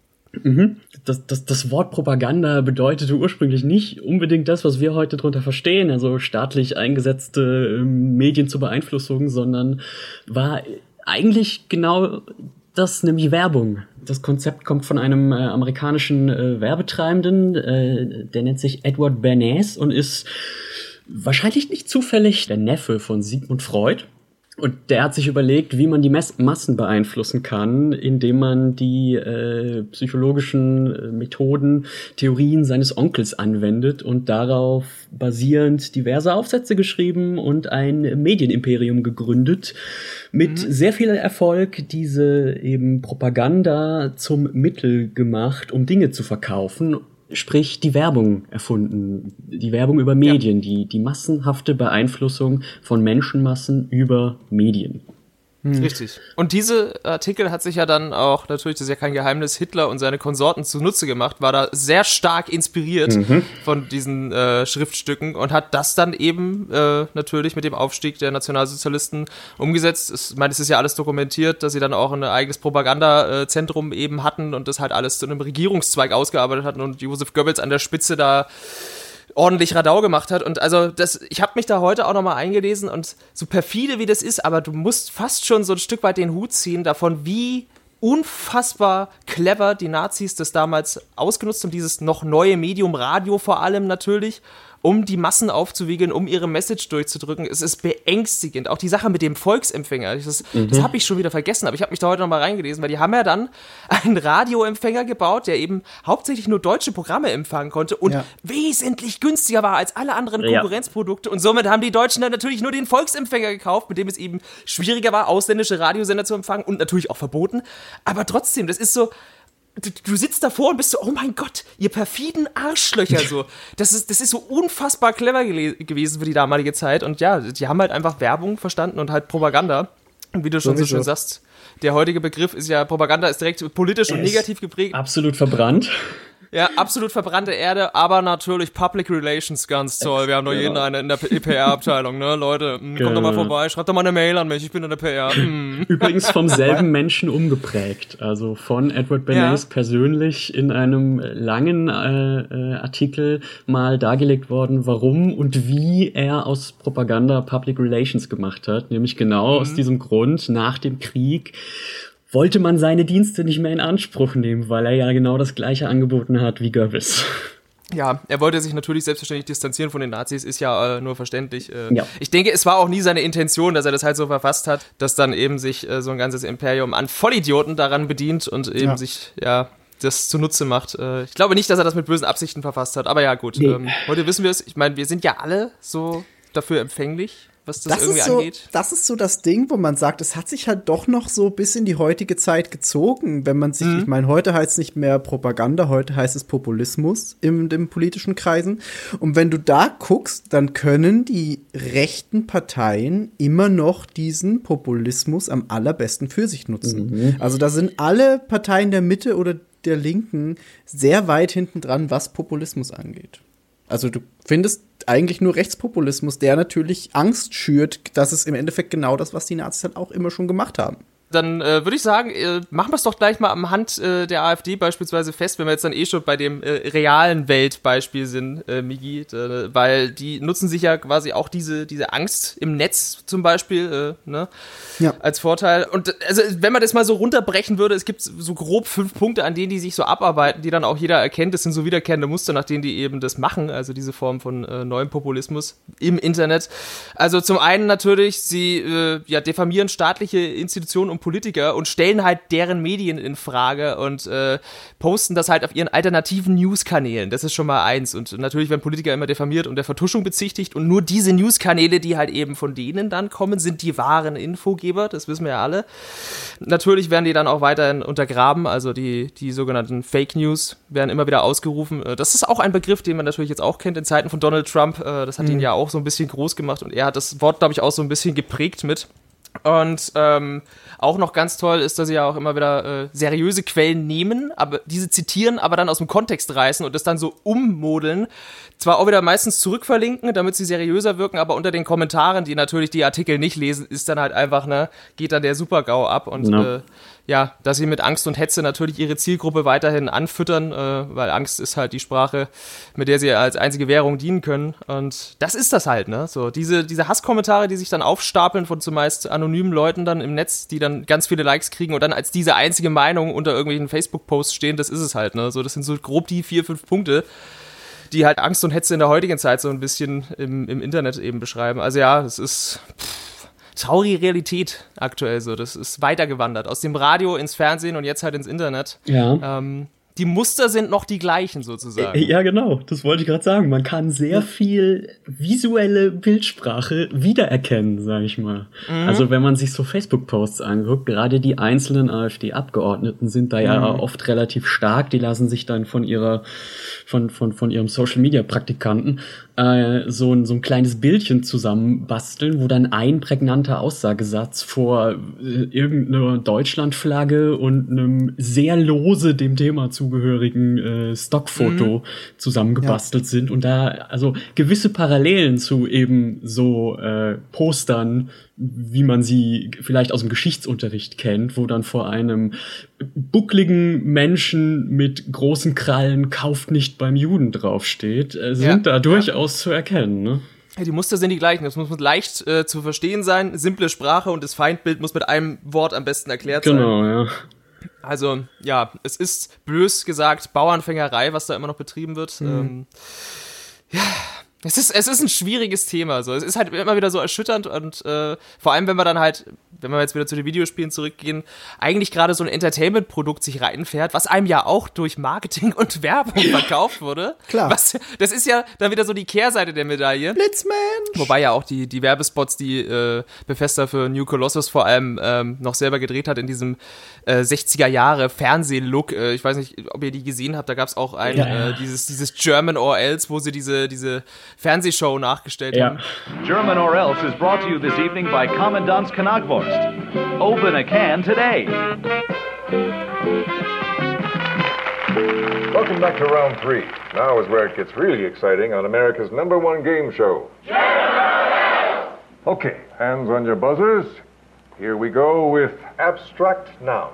Das, das, das Wort Propaganda bedeutete ursprünglich nicht unbedingt das, was wir heute drunter verstehen, also staatlich eingesetzte ähm, Medien zur Beeinflussung, sondern war eigentlich genau das, nämlich Werbung. Das Konzept kommt von einem äh, amerikanischen äh, Werbetreibenden, äh, der nennt sich Edward Bernays und ist wahrscheinlich nicht zufällig der Neffe von Sigmund Freud. Und der hat sich überlegt, wie man die Mess- Massen beeinflussen kann, indem man die äh, psychologischen äh, Methoden, Theorien seines Onkels anwendet und darauf basierend diverse Aufsätze geschrieben und ein Medienimperium gegründet, mit sehr viel Erfolg diese eben Propaganda zum Mittel gemacht, um Dinge zu verkaufen. Sprich, die Werbung erfunden, die Werbung über Medien, die, die massenhafte Beeinflussung von Menschenmassen über Medien. Richtig. Und diese Artikel hat sich ja dann auch, natürlich, das ist ja kein Geheimnis, Hitler und seine Konsorten zunutze gemacht, war da sehr stark inspiriert Mhm. von diesen äh, Schriftstücken und hat das dann eben äh, natürlich mit dem Aufstieg der Nationalsozialisten umgesetzt. Ich meine, es ist ja alles dokumentiert, dass sie dann auch ein eigenes Propagandazentrum eben hatten und das halt alles zu einem Regierungszweig ausgearbeitet hatten und Josef Goebbels an der Spitze da ordentlich Radau gemacht hat. Und also das, ich habe mich da heute auch nochmal eingelesen und so perfide wie das ist, aber du musst fast schon so ein Stück weit den Hut ziehen davon, wie unfassbar clever die Nazis das damals ausgenutzt haben, dieses noch neue Medium Radio vor allem natürlich, um die Massen aufzuwiegeln, um ihre Message durchzudrücken. Es ist beängstigend. Auch die Sache mit dem Volksempfänger, das, Mhm. das habe ich schon wieder vergessen, aber ich habe mich da heute nochmal reingelesen, weil die haben ja dann einen Radioempfänger gebaut, der eben hauptsächlich nur deutsche Programme empfangen konnte und Ja. wesentlich günstiger war als alle anderen Ja. Konkurrenzprodukte. Und somit haben die Deutschen dann natürlich nur den Volksempfänger gekauft, mit dem es eben schwieriger war, ausländische Radiosender zu empfangen und natürlich auch verboten. Aber trotzdem, das ist so, du, du sitzt davor und bist so, oh mein Gott, ihr perfiden Arschlöcher, so. Das ist, das ist so unfassbar clever gele- gewesen für die damalige Zeit. Und ja, die haben halt einfach Werbung verstanden und halt Propaganda. Und wie du schon so Sowieso. schön sagst, der heutige Begriff ist ja, Propaganda ist direkt politisch und Es- negativ geprägt. Absolut verbrannt. Ja, absolut verbrannte Erde, aber natürlich Public Relations ganz toll. Wir haben doch jeden einen in der P R-Abteilung, ne, Leute. mh, Kommt doch mal Genau. vorbei, schreibt doch mal eine Mail an mich, ich bin in der P R. mh. Übrigens vom selben Menschen umgeprägt. Also von Edward Bernays Ja. persönlich in einem langen äh, äh, Artikel mal dargelegt worden, warum und wie er aus Propaganda Public Relations gemacht hat. Nämlich genau aus diesem Grund, nach dem Krieg wollte man seine Dienste nicht mehr in Anspruch nehmen, weil er ja genau das Gleiche angeboten hat wie Goebbels. Ja, er wollte sich natürlich selbstverständlich distanzieren von den Nazis, ist ja äh, nur verständlich. Äh, Ja. Ich denke, es war auch nie seine Intention, dass er das halt so verfasst hat, dass dann eben sich äh, so ein ganzes Imperium an Vollidioten daran bedient und eben Ja. sich, ja, das zunutze macht. Äh, ich glaube nicht, dass er das mit bösen Absichten verfasst hat, aber ja, gut. Nee. Ähm, heute wissen wir es. Ich meine, wir sind ja alle so dafür empfänglich, was das, das irgendwie ist so, angeht. Das ist so das Ding, wo man sagt, es hat sich halt doch noch so bis in die heutige Zeit gezogen, wenn man sich, mhm. ich meine, heute heißt es nicht mehr Propaganda, heute heißt es Populismus in den politischen Kreisen. Und wenn du da guckst, dann können die rechten Parteien immer noch diesen Populismus am allerbesten für sich nutzen. Mhm. Also da sind alle Parteien der Mitte oder der Linken sehr weit hinten dran, was Populismus angeht. Also du findest eigentlich nur Rechtspopulismus, der natürlich Angst schürt. Das ist im Endeffekt genau das, was die Nazis halt auch immer schon gemacht haben. Dann äh, würde ich sagen, äh, machen wir es doch gleich mal am Hand äh, der AfD beispielsweise fest, wenn wir jetzt dann eh schon bei dem äh, realen Weltbeispiel sind, äh, Migi, äh, weil die nutzen sich ja quasi auch diese diese Angst im Netz zum Beispiel äh, ne, ja. als Vorteil. Und also wenn man das mal so runterbrechen würde, es gibt so grob fünf Punkte, an denen die sich so abarbeiten, die dann auch jeder erkennt. Das sind so wiederkehrende Muster, nach denen die eben das machen, also diese Form von äh, neuem Populismus im Internet. Also zum einen natürlich, sie äh, ja, diffamieren staatliche Institutionen und Politiker und stellen halt deren Medien in Frage und äh, posten das halt auf ihren alternativen News-Kanälen. Das ist schon mal eins. Und natürlich werden Politiker immer diffamiert und der Vertuschung bezichtigt und nur diese News-Kanäle, die halt eben von denen dann kommen, sind die wahren Infogeber. Das wissen wir ja alle. Natürlich werden die dann auch weiterhin untergraben, also die, die sogenannten Fake News werden immer wieder ausgerufen. Das ist auch ein Begriff, den man natürlich jetzt auch kennt in Zeiten von Donald Trump. Das hat mhm. ihn ja auch so ein bisschen groß gemacht und er hat das Wort, glaube ich, auch so ein bisschen geprägt mit. Und ähm, auch noch ganz toll ist, dass sie ja auch immer wieder äh, seriöse Quellen nehmen, aber diese zitieren, aber dann aus dem Kontext reißen und das dann so ummodeln. Zwar auch wieder meistens zurückverlinken, damit sie seriöser wirken, aber unter den Kommentaren, die natürlich die Artikel nicht lesen, ist dann halt einfach, ne, geht dann der Super-GAU ab. Und no. äh, ja, dass sie mit Angst und Hetze natürlich ihre Zielgruppe weiterhin anfüttern, äh, weil Angst ist halt die Sprache, mit der sie als einzige Währung dienen können. Und das ist das halt, ne? So, diese, diese Hasskommentare, die sich dann aufstapeln von zumeist anonymen Leuten dann im Netz, die dann ganz viele Likes kriegen und dann als diese einzige Meinung unter irgendwelchen Facebook-Posts stehen, das ist es halt, ne? So, das sind so grob die vier, fünf Punkte, die halt Angst und Hetze in der heutigen Zeit so ein bisschen im, im Internet eben beschreiben. Also ja, das ist pff, traurige Realität aktuell so. Das ist weitergewandert. Aus dem Radio ins Fernsehen und jetzt halt ins Internet. Ja. Ähm, die Muster sind noch die gleichen sozusagen. Ja, genau. Das wollte ich gerade sagen. Man kann sehr viel visuelle Bildsprache wiedererkennen, sage ich mal. Mhm. Also wenn man sich so Facebook-Posts anguckt, gerade die einzelnen AfD-Abgeordneten sind da ja mhm. oft relativ stark. Die lassen sich dann von ihrer, von von von ihrem Social-Media-Praktikanten äh, so ein so ein kleines Bildchen zusammenbasteln, wo dann ein prägnanter Aussagesatz vor äh, irgendeiner Deutschlandflagge und einem sehr lose dem Thema zugehörigen äh, Stockfoto mhm. zusammengebastelt ja. sind und da also gewisse Parallelen zu eben so äh, Postern, wie man sie vielleicht aus dem Geschichtsunterricht kennt, wo dann vor einem buckligen Menschen mit großen Krallen kauft nicht beim Juden draufsteht, äh, sind ja. da durchaus ja. zu erkennen, ne? Ja, die Muster sind die gleichen. Das muss leicht äh, zu verstehen sein, simple Sprache und das Feindbild muss mit einem Wort am besten erklärt genau, sein. Genau, ja. Also, ja, es ist bös gesagt Bauernfängerei, was da immer noch betrieben wird. Mhm. Ähm, ja, es ist, es ist ein schwieriges Thema. So. Es ist halt immer wieder so erschütternd und äh, vor allem, wenn wir dann halt, wenn wir jetzt wieder zu den Videospielen zurückgehen, eigentlich gerade so ein Entertainment-Produkt sich reinfährt, was einem ja auch durch Marketing und Werbung verkauft wurde. Klar. Was, das ist ja dann wieder so die Kehrseite der Medaille. Blitzmensch! Wobei ja auch die, die Werbespots, die äh, Bethesda für New Colossus vor allem ähm, noch selber gedreht hat in diesem äh, sechziger Jahre Fernsehlook. Äh, ich weiß nicht, ob ihr die gesehen habt, da gab es auch ein, ja. äh, dieses, dieses German or Else, wo sie diese, diese Fernsehshow nachgestellt ja. haben. German or Else is brought to you this evening by Commandant's Knackwurst. Open a can today. Welcome back to round three. Now is where it gets really exciting on America's number one game show. Okay, hands on your buzzers. Here we go with abstract nouns.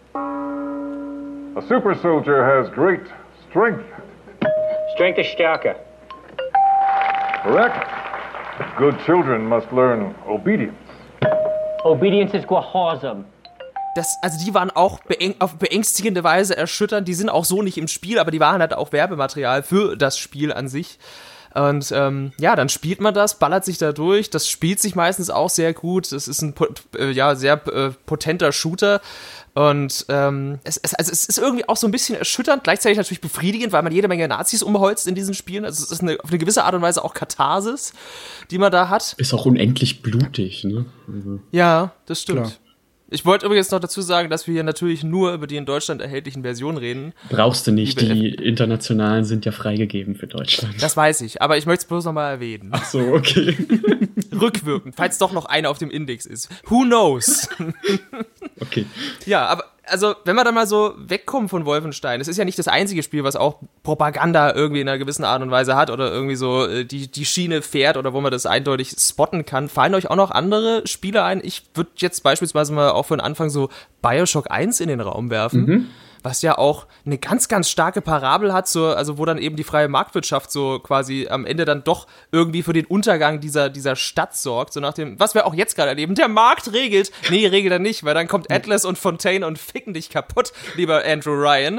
A super soldier has great strength. Strength ist Stärke. Correct. Good children must learn obedience. Obedience ist Gehorsam. Das, also die waren auch beäng- auf beängstigende Weise erschütternd. Die sind auch so nicht im Spiel, aber die waren halt auch Werbematerial für das Spiel an sich. Und ähm, ja, dann spielt man das, ballert sich da durch. Das spielt sich meistens auch sehr gut. Es ist ein äh, ja, sehr äh, potenter Shooter. Und ähm, es, es, also es ist irgendwie auch so ein bisschen erschütternd, gleichzeitig natürlich befriedigend, weil man jede Menge Nazis umholzt in diesen Spielen. Also es ist eine, auf eine gewisse Art und Weise auch Katharsis, die man da hat. Ist auch unendlich blutig, ne? Also. Ja, das stimmt. Klar. Ich wollte übrigens noch dazu sagen, dass wir hier natürlich nur über die in Deutschland erhältlichen Versionen reden. Brauchst du nicht, die, die internationalen sind ja freigegeben für Deutschland. Das weiß ich, aber ich möchte es bloß noch mal erwähnen. Ach so, okay. Rückwirkend, falls doch noch einer auf dem Index ist. Who knows? Okay. Ja, aber also, wenn wir da mal so wegkommen von Wolfenstein, es ist ja nicht das einzige Spiel, was auch Propaganda irgendwie in einer gewissen Art und Weise hat oder irgendwie so äh, die, die Schiene fährt oder wo man das eindeutig spotten kann. Fallen euch auch noch andere Spiele ein? Ich würde jetzt beispielsweise mal auch für den Anfang so Bioshock eins in den Raum werfen. Mhm. Was ja auch eine ganz, ganz starke Parabel hat, so, also wo dann eben die freie Marktwirtschaft so quasi am Ende dann doch irgendwie für den Untergang dieser, dieser Stadt sorgt, so nach dem, was wir auch jetzt gerade erleben, der Markt regelt. Nee, regelt er nicht, weil dann kommt Atlas und Fontaine und ficken dich kaputt, lieber Andrew Ryan.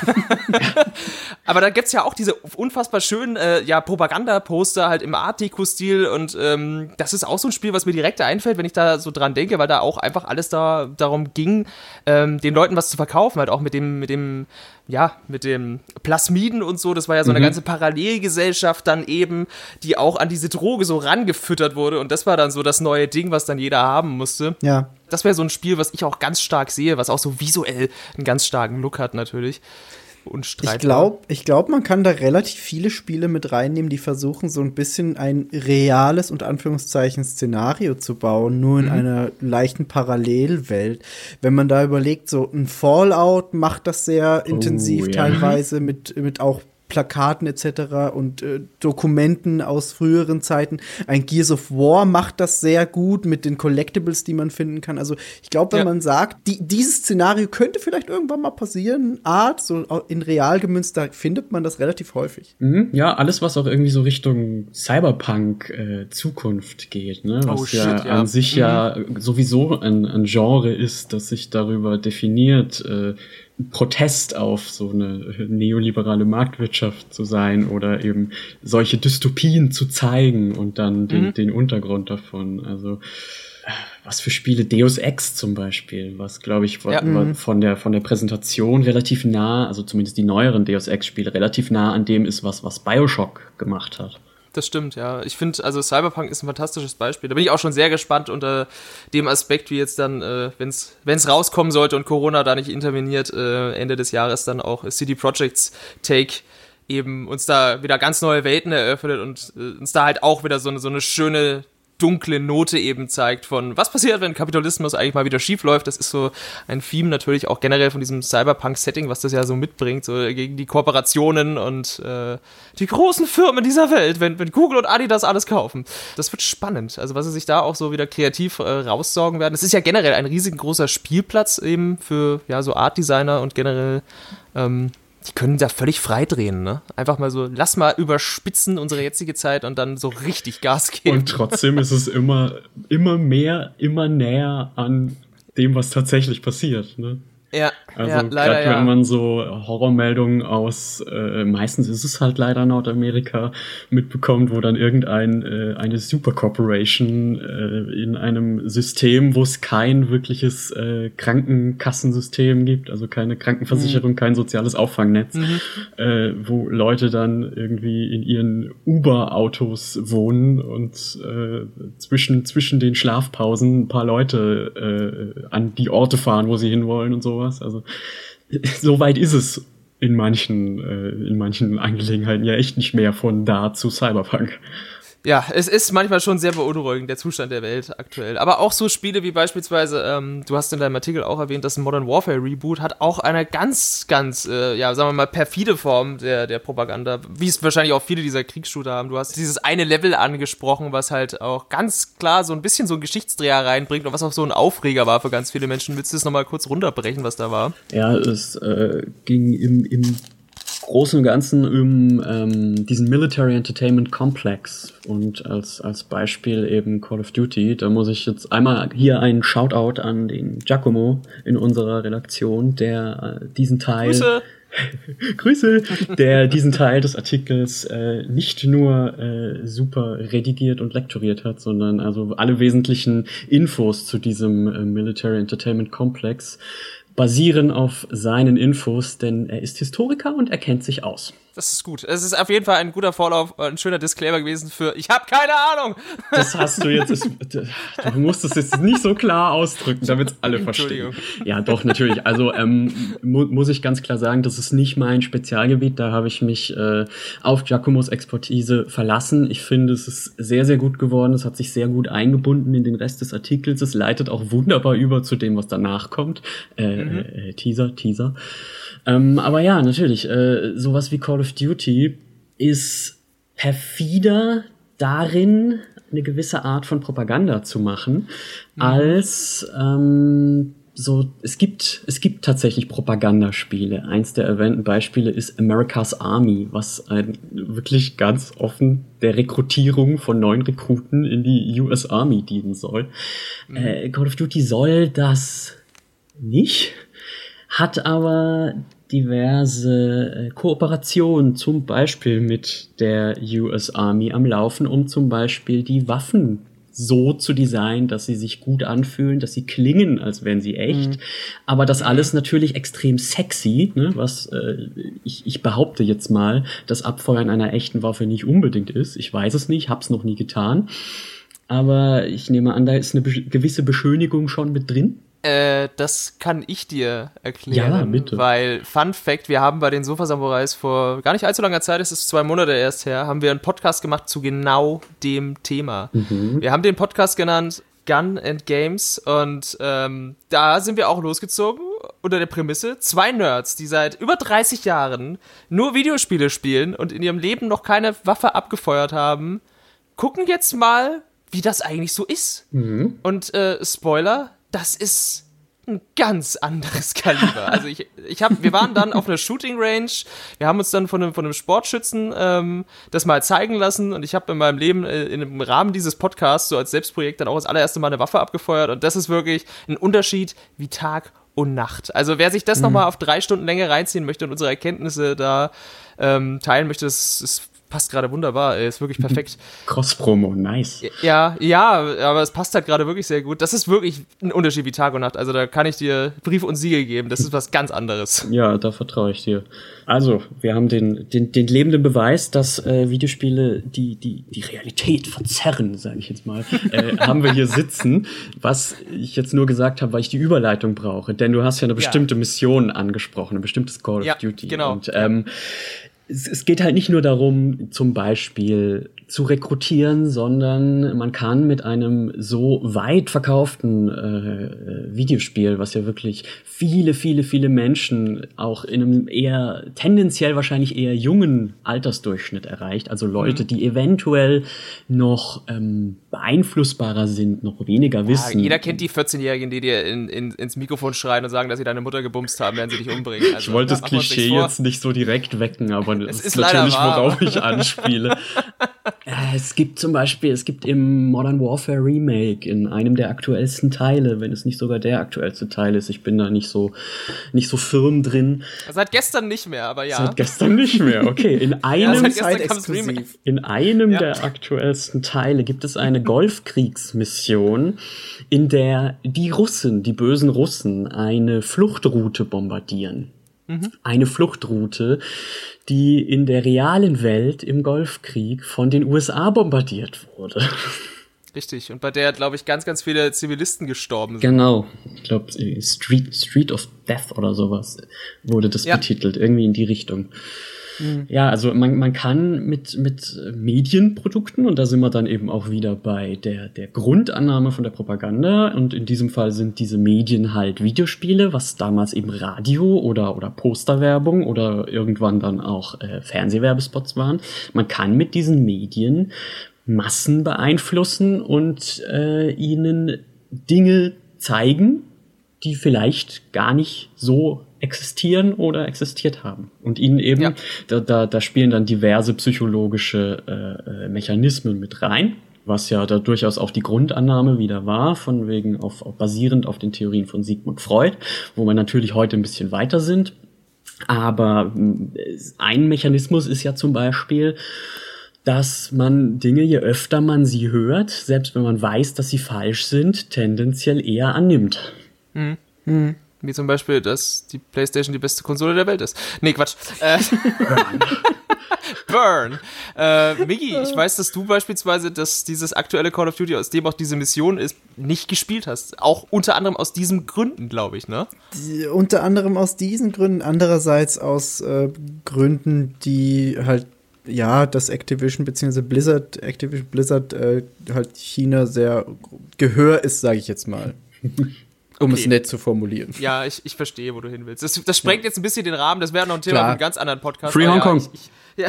Aber da gibt's ja auch diese unfassbar schönen, äh, ja, Propagandaposter halt im Art Deco-Stil und ähm, das ist auch so ein Spiel, was mir direkt einfällt, wenn ich da so dran denke, weil da auch einfach alles da darum ging, ähm, den Leuten was zu verkaufen, halt auch mit dem mit dem, ja, mit dem Plasmiden und so, das war ja so eine mhm. ganze Parallelgesellschaft dann eben, die auch an diese Droge so rangefüttert wurde und das war dann so das neue Ding, was dann jeder haben musste. Ja. Das wäre so ein Spiel, was ich auch ganz stark sehe, was auch so visuell einen ganz starken Look hat natürlich. Unstreitbar. Ich glaube, ich glaub, man kann da relativ viele Spiele mit reinnehmen, die versuchen, so ein bisschen ein reales, unter Anführungszeichen, Szenario zu bauen, nur in mhm. einer leichten Parallelwelt. Wenn man da überlegt, so ein Fallout macht das sehr oh, intensiv ja. teilweise mit, mit auch Plakaten et cetera und äh, Dokumenten aus früheren Zeiten. Ein Gears of War macht das sehr gut mit den Collectibles, die man finden kann. Also ich glaube, wenn ja. man sagt, die, dieses Szenario könnte vielleicht irgendwann mal passieren, Art, so in real gemünzt, da findet man das relativ häufig. Mhm, ja, alles, was auch irgendwie so Richtung Cyberpunk äh, Zukunft geht, ne? Was oh, shit, ja, ja an sich mhm. ja sowieso ein, ein Genre ist, das sich darüber definiert, äh, Protest auf so eine neoliberale Marktwirtschaft zu sein oder eben solche Dystopien zu zeigen und dann den, mhm. den Untergrund davon. Also was für Spiele, Deus Ex zum Beispiel, was glaube ich von, ja. von der von der Präsentation relativ nah, also zumindest die neueren Deus Ex Spiele relativ nah an dem ist, was was Bioshock gemacht hat. Das stimmt, ja. Ich finde, also Cyberpunk ist ein fantastisches Beispiel. Da bin ich auch schon sehr gespannt unter dem Aspekt, wie jetzt dann, äh, wenn es rauskommen sollte und Corona da nicht interveniert, äh, Ende des Jahres dann auch C D Projekts Take eben uns da wieder ganz neue Welten eröffnet und äh, uns da halt auch wieder so eine, so eine schöne dunkle Note eben zeigt von, was passiert, wenn Kapitalismus eigentlich mal wieder schief läuft. Das ist so ein Theme natürlich auch generell von diesem Cyberpunk-Setting, was das ja so mitbringt, so gegen die Kooperationen und äh, die großen Firmen dieser Welt, wenn, wenn Google und Adidas alles kaufen. Das wird spannend, also was sie sich da auch so wieder kreativ äh, raussaugen werden. Es ist ja generell ein riesengroßer Spielplatz eben für ja so Art-Designer und generell ähm, die können da völlig frei drehen, ne? Einfach mal so, lass mal überspitzen unsere jetzige Zeit und dann so richtig Gas geben. Und trotzdem ist es immer, immer mehr, immer näher an dem, was tatsächlich passiert, ne? Ja, also ja, leider, gerade wenn ja. man so Horrormeldungen aus, äh, meistens ist es halt leider Nordamerika, mitbekommt, wo dann irgendein äh, eine Supercorporation äh, in einem System, wo es kein wirkliches äh, Krankenkassensystem gibt, also keine Krankenversicherung, mhm. kein soziales Auffangnetz, mhm. äh, wo Leute dann irgendwie in ihren Uber-Autos wohnen und äh, zwischen zwischen den Schlafpausen ein paar Leute äh, an die Orte fahren, wo sie hinwollen und so. Also so weit ist es in manchen äh, in manchen Angelegenheiten ja echt nicht mehr von da zu Cyberpunk. Ja, es ist manchmal schon sehr beunruhigend, der Zustand der Welt aktuell. Aber auch so Spiele wie beispielsweise, ähm, du hast in deinem Artikel auch erwähnt, das Modern Warfare Reboot hat auch eine ganz, ganz, äh, ja, sagen wir mal, perfide Form der, der Propaganda, wie es wahrscheinlich auch viele dieser Kriegsshooter haben. Du hast dieses eine Level angesprochen, was halt auch ganz klar so ein bisschen so einen Geschichtsdreher reinbringt und was auch so ein Aufreger war für ganz viele Menschen. Willst du das nochmal kurz runterbrechen, was da war? Ja, es äh, ging im, im Großen und Ganzen um ähm, diesen Military Entertainment Complex und als als Beispiel eben Call of Duty. Da muss ich jetzt einmal hier einen Shoutout an den Giacomo in unserer Redaktion, der äh, diesen Teil Grüße. Grüße, der diesen Teil des Artikels äh, nicht nur äh, super redigiert und lektoriert hat, sondern also alle wesentlichen Infos zu diesem äh, Military Entertainment Complex basieren auf seinen Infos, denn er ist Historiker und er kennt sich aus. Das ist gut. Es ist auf jeden Fall ein guter Vorlauf, ein schöner Disclaimer gewesen für ich habe keine Ahnung. Das hast du jetzt, das, du musst es jetzt nicht so klar ausdrücken, damit es alle verstehen. Ja, doch, natürlich. Also ähm, mu- muss ich ganz klar sagen, das ist nicht mein Spezialgebiet. Da habe ich mich äh, auf Giacomos Expertise verlassen. Ich finde, es ist sehr, sehr gut geworden. Es hat sich sehr gut eingebunden in den Rest des Artikels. Es leitet auch wunderbar über zu dem, was danach kommt. Äh, mhm. äh, Teaser, Teaser. Ähm, aber ja, natürlich, äh, sowas wie Call of Duty ist perfider darin, eine gewisse Art von Propaganda zu machen, mhm. als ähm, so, es gibt, es gibt tatsächlich Propagandaspiele. Eins der erwähnten Beispiele ist America's Army, was ein, wirklich ganz offen der Rekrutierung von neuen Rekruten in die U S Army dienen soll. Mhm. Äh, Call of Duty soll das nicht, hat aber diverse äh, Kooperationen, zum Beispiel mit der U S Army am Laufen, um zum Beispiel die Waffen so zu designen, dass sie sich gut anfühlen, dass sie klingen, als wären sie echt. Mhm. Aber das alles natürlich extrem sexy, ne? Was äh, ich, ich behaupte jetzt mal, das Abfeuern einer echten Waffe nicht unbedingt ist. Ich weiß es nicht, hab's noch nie getan. Aber ich nehme an, da ist eine be- gewisse Beschönigung schon mit drin. Äh, das kann ich dir erklären, ja, bitte. Weil, Fun Fact, wir haben bei den Sofa-Samurais vor gar nicht allzu langer Zeit, es ist zwei Monate erst her, haben wir einen Podcast gemacht zu genau dem Thema. Mhm. Wir haben den Podcast genannt Gun and Games und ähm, da sind wir auch losgezogen unter der Prämisse, zwei Nerds, die seit über dreißig Jahren nur Videospiele spielen und in ihrem Leben noch keine Waffe abgefeuert haben, gucken jetzt mal, wie das eigentlich so ist. Mhm. Und äh, Spoiler, das ist ein ganz anderes Kaliber. Also ich, ich hab, wir waren dann auf einer Shooting Range, wir haben uns dann von einem, von einem Sportschützen ähm, das mal zeigen lassen und ich habe in meinem Leben äh, im Rahmen dieses Podcasts so als Selbstprojekt dann auch das allererste Mal eine Waffe abgefeuert und das ist wirklich ein Unterschied wie Tag und Nacht. Also wer sich das mhm. nochmal auf drei Stunden Länge reinziehen möchte und unsere Erkenntnisse da ähm, teilen möchte, das ist passt gerade wunderbar, ey, ist wirklich perfekt. Cross-Promo, nice. Ja, ja, aber es passt halt gerade wirklich sehr gut. Das ist wirklich ein Unterschied wie Tag und Nacht. Also da kann ich dir Brief und Siegel geben. Das ist was ganz anderes. Ja, da vertraue ich dir. Also, wir haben den, den, den lebenden Beweis, dass äh, Videospiele die, die, die Realität verzerren, sage ich jetzt mal, äh, haben wir hier sitzen. Was ich jetzt nur gesagt habe, weil ich die Überleitung brauche. Denn du hast ja eine bestimmte ja. Mission angesprochen, ein bestimmtes Call ja, of Duty. Genau. Und ähm, Es, es geht halt nicht nur darum, zum Beispiel zu rekrutieren, sondern man kann mit einem so weit verkauften äh, Videospiel, was ja wirklich viele, viele, viele Menschen auch in einem eher, tendenziell wahrscheinlich eher jungen Altersdurchschnitt erreicht, also Leute, mhm. die eventuell noch ähm, beeinflussbarer sind, noch weniger wissen. Ja, jeder kennt die vierzehnjährigen, die dir in, in, ins Mikrofon schreien und sagen, dass sie deine Mutter gebumst haben, während sie dich umbringen. Also, ich wollte das Klischee jetzt nicht so direkt wecken, aber es das ist ist natürlich, wahr, worauf ich anspiele. Es gibt zum Beispiel, es gibt im Modern Warfare Remake, in einem der aktuellsten Teile, wenn es nicht sogar der aktuellste Teil ist, ich bin da nicht so, nicht so firm drin. Seit gestern nicht mehr, aber ja. Seit gestern nicht mehr, okay. In einem, ja, exklusiv. In einem ja. der aktuellsten Teile gibt es eine Golfkriegsmission, in der die Russen, die bösen Russen, eine Fluchtroute bombardieren. Eine Fluchtroute, die in der realen Welt im Golfkrieg von den U S A bombardiert wurde. Richtig, und bei der, glaube ich, ganz, ganz viele Zivilisten gestorben sind. Genau, ich glaube, Street, Street of Death oder sowas wurde das ja. betitelt, irgendwie in die Richtung. Mhm. Ja, also man, man kann mit, mit Medienprodukten, und da sind wir dann eben auch wieder bei der, der Grundannahme von der Propaganda, und in diesem Fall sind diese Medien halt Videospiele, was damals eben Radio oder, oder Posterwerbung oder irgendwann dann auch äh, Fernsehwerbespots waren. Man kann mit diesen Medien Massen beeinflussen und äh, ihnen Dinge zeigen, die vielleicht gar nicht so existieren oder existiert haben. Und ihnen eben, ja. da, da, da spielen dann diverse psychologische äh, Mechanismen mit rein, was ja da durchaus auch die Grundannahme wieder war, von wegen auf, auf basierend auf den Theorien von Sigmund Freud, wo wir natürlich heute ein bisschen weiter sind. Aber ein Mechanismus ist ja zum Beispiel, dass man Dinge, je öfter man sie hört, selbst wenn man weiß, dass sie falsch sind, tendenziell eher annimmt. Mhm. Mhm. Wie zum Beispiel, dass die PlayStation die beste Konsole der Welt ist. Nee, Quatsch. Äh, Burn. Äh, Miggi, ich weiß, dass du beispielsweise dass dieses aktuelle Call of Duty, aus dem auch diese Mission ist, nicht gespielt hast. Auch unter anderem aus diesen Gründen, glaube ich, ne? Die, unter anderem aus diesen Gründen, andererseits aus äh, Gründen, die halt ja, dass Activision bzw. Blizzard, Activision Blizzard äh, halt China sehr Gehör ist, sage ich jetzt mal. Um okay. es nett zu formulieren. Ja, ich, ich verstehe, wo du hin willst. Das, das sprengt jetzt ein bisschen den Rahmen, das wäre noch ein Thema Klar. für einen ganz anderen Podcast. Free Hong Kong. Ja, ich, ich, ja.